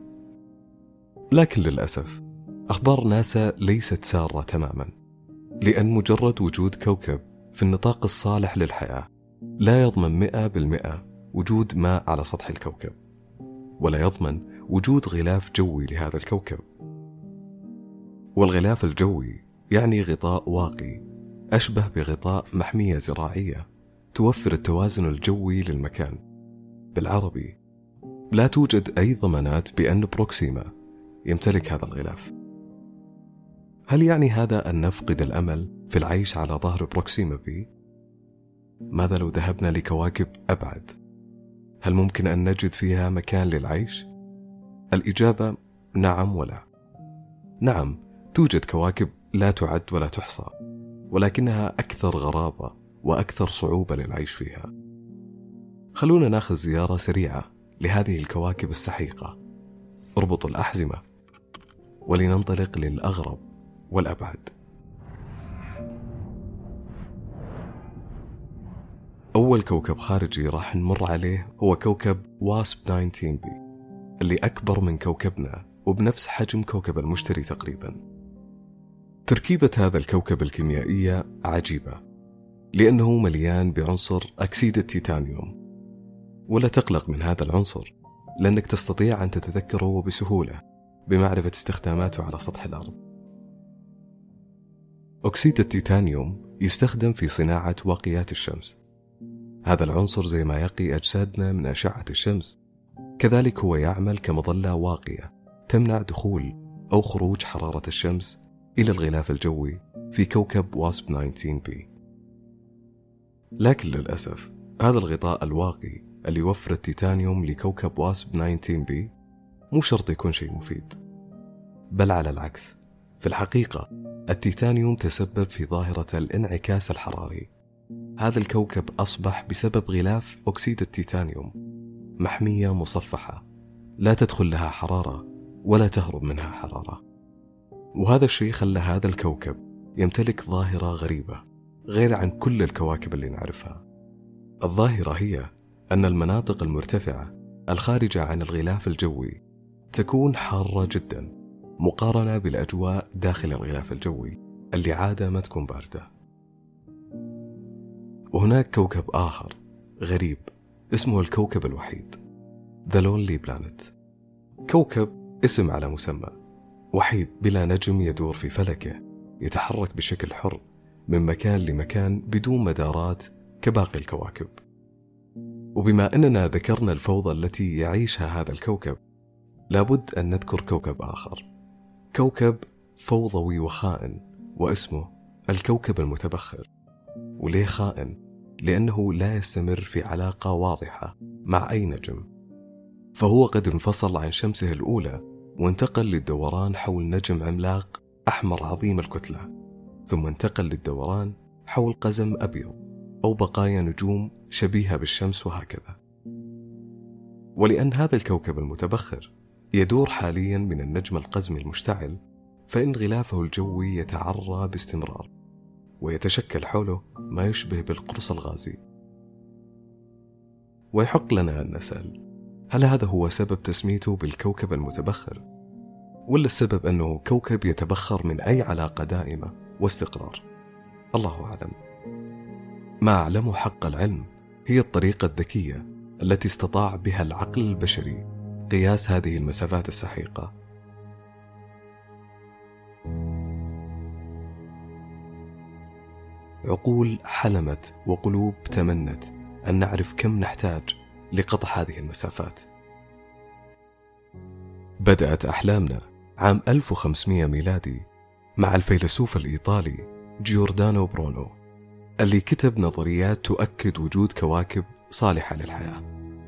لكن للأسف أخبار ناسا ليست سارة تماما، لأن مجرد وجود كوكب في النطاق الصالح للحياة لا يضمن 100% وجود ماء على سطح الكوكب، ولا يضمن وجود غلاف جوي لهذا الكوكب. والغلاف الجوي يعني غطاء واقي أشبه بغطاء محمية زراعية توفر التوازن الجوي للمكان. بالعربي، لا توجد أي ضمانات بأن بروكسيما يمتلك هذا الغلاف. هل يعني هذا أن نفقد الأمل في العيش على ظهر بروكسيما بي؟ ماذا لو ذهبنا لكواكب أبعد؟ هل ممكن أن نجد فيها مكان للعيش؟ الإجابة نعم ولا. نعم، توجد كواكب لا تعد ولا تحصى، ولكنها أكثر غرابة وأكثر صعوبة للعيش فيها. خلونا ناخذ زيارة سريعة لهذه الكواكب السحيقة. اربطوا الأحزمة ولننطلق للأغرب والأبعد. أول كوكب خارجي راح نمر عليه هو كوكب واسب 19b، اللي أكبر من كوكبنا وبنفس حجم كوكب المشتري تقريبا. تركيبة هذا الكوكب الكيميائية عجيبة، لأنه مليان بعنصر أكسيد التيتانيوم. ولا تقلق من هذا العنصر، لأنك تستطيع أن تتذكره بسهولة بمعرفة استخداماته على سطح الأرض. أكسيد التيتانيوم يستخدم في صناعة واقيات الشمس. هذا العنصر زي ما يقي أجسادنا من أشعة الشمس، كذلك هو يعمل كمظلة واقية تمنع دخول أو خروج حرارة الشمس إلى الغلاف الجوي في كوكب واسب 19b. لكن للأسف هذا الغطاء الواقي اللي يوفر التيتانيوم لكوكب واسب 19b مو شرط يكون شيء مفيد، بل على العكس. في الحقيقة التيتانيوم تسبب في ظاهرة الانعكاس الحراري. هذا الكوكب أصبح بسبب غلاف أكسيد التيتانيوم محمية مصفحة، لا تدخل لها حرارة ولا تهرب منها حرارة. وهذا الشيء خلى هذا الكوكب يمتلك ظاهرة غريبة غير عن كل الكواكب اللي نعرفها. الظاهرة هي أن المناطق المرتفعة الخارجة عن الغلاف الجوي تكون حارة جدا مقارنة بالأجواء داخل الغلاف الجوي اللي عادة ما تكون باردة. وهناك كوكب آخر غريب اسمه الكوكب الوحيد، The Lonely Planet. كوكب اسم على مسمى، وحيد بلا نجم يدور في فلكه، يتحرك بشكل حر من مكان لمكان بدون مدارات كباقي الكواكب. وبما أننا ذكرنا الفوضى التي يعيشها هذا الكوكب، لابد أن نذكر كوكب آخر، كوكب فوضوي وخائن، واسمه الكوكب المتبخر. وليه خائن؟ لأنه لا يستمر في علاقة واضحة مع أي نجم، فهو قد انفصل عن شمسه الأولى وانتقل للدوران حول نجم عملاق أحمر عظيم الكتلة، ثم انتقل للدوران حول قزم أبيض أو بقايا نجوم شبيهة بالشمس، وهكذا. ولأن هذا الكوكب المتبخر يدور حاليا من النجم القزمي المشتعل، فإن غلافه الجوي يتعرى باستمرار ويتشكل حوله ما يشبه بالقرص الغازي. ويحق لنا أن نسأل، هل هذا هو سبب تسميته بالكوكب المتبخر؟ ولا السبب أنه كوكب يتبخر من أي علاقة دائمة واستقرار؟ الله أعلم. ما أعلمه حق العلم هي الطريقة الذكية التي استطاع بها العقل البشري قياس هذه المسافات السحيقة. عقول حلمت وقلوب تمنت أن نعرف كم نحتاج لقطع هذه المسافات. بدأت أحلامنا عام 1500 ميلادي مع الفيلسوف الإيطالي جيوردانو برونو، اللي كتب نظريات تؤكد وجود كواكب صالحة للحياة.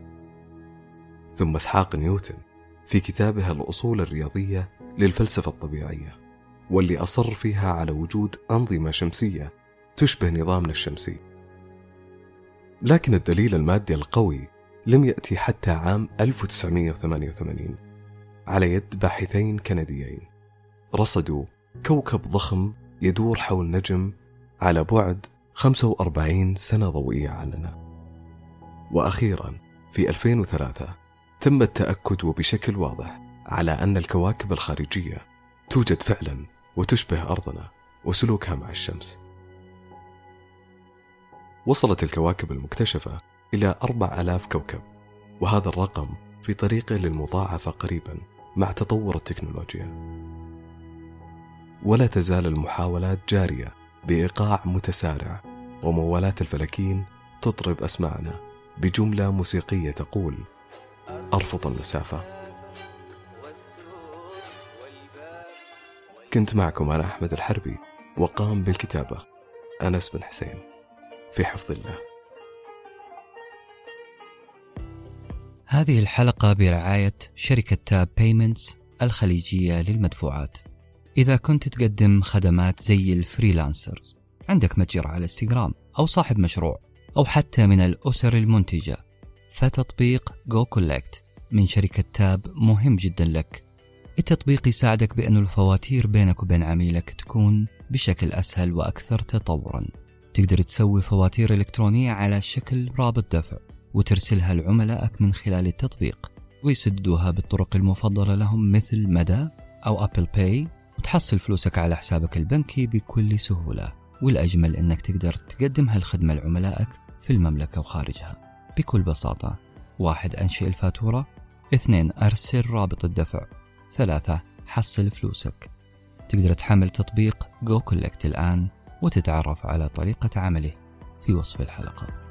ثم إسحاق نيوتن في كتابه الأصول الرياضية للفلسفة الطبيعية، واللي أصر فيها على وجود أنظمة شمسية تشبه نظامنا الشمسي. لكن الدليل المادي القوي لم يأتي حتى عام 1988 على يد باحثين كنديين رصدوا كوكب ضخم يدور حول نجم على بعد 45 سنة ضوئية عننا. وأخيرا في 2003 تم التأكد وبشكل واضح على أن الكواكب الخارجية توجد فعلا وتشبه أرضنا وسلوكها مع الشمس. وصلت الكواكب المكتشفة إلى 4000 كوكب، وهذا الرقم في طريقه للمضاعفة قريبا مع تطور التكنولوجيا. ولا تزال المحاولات جارية بإيقاع متسارع، وموالات الفلكين تطرب أسماعنا بجملة موسيقية تقول: أرفض المسافة. كنت معكم أنا أحمد الحربي، وقام بالكتابة أنس بن حسين. في حفظ الله. هذه الحلقة برعاية شركة تاب بيمنتس الخليجية للمدفوعات. إذا كنت تقدم خدمات زي الفريلانسرز، عندك متجر على انستغرام أو صاحب مشروع أو حتى من الأسر المنتجة، فتطبيق جو كولكت من شركة تاب مهم جدا لك. التطبيق يساعدك بأن الفواتير بينك وبين عميلك تكون بشكل أسهل وأكثر تطورا. تقدر تسوي فواتير إلكترونية على شكل رابط دفع وترسلها لعملائك من خلال التطبيق، ويسددوها بالطرق المفضلة لهم مثل مدى أو أبل باي، وتحصل فلوسك على حسابك البنكي بكل سهولة. والأجمل أنك تقدر تقدم هالخدمة لعملائك في المملكة وخارجها بكل بساطة. 1. أنشئ الفاتورة. 2. أرسل رابط الدفع. 3. حصل فلوسك. تقدر تحمل تطبيق جو كولكت الآن وتتعرف على طريقة عمله في وصف الحلقة.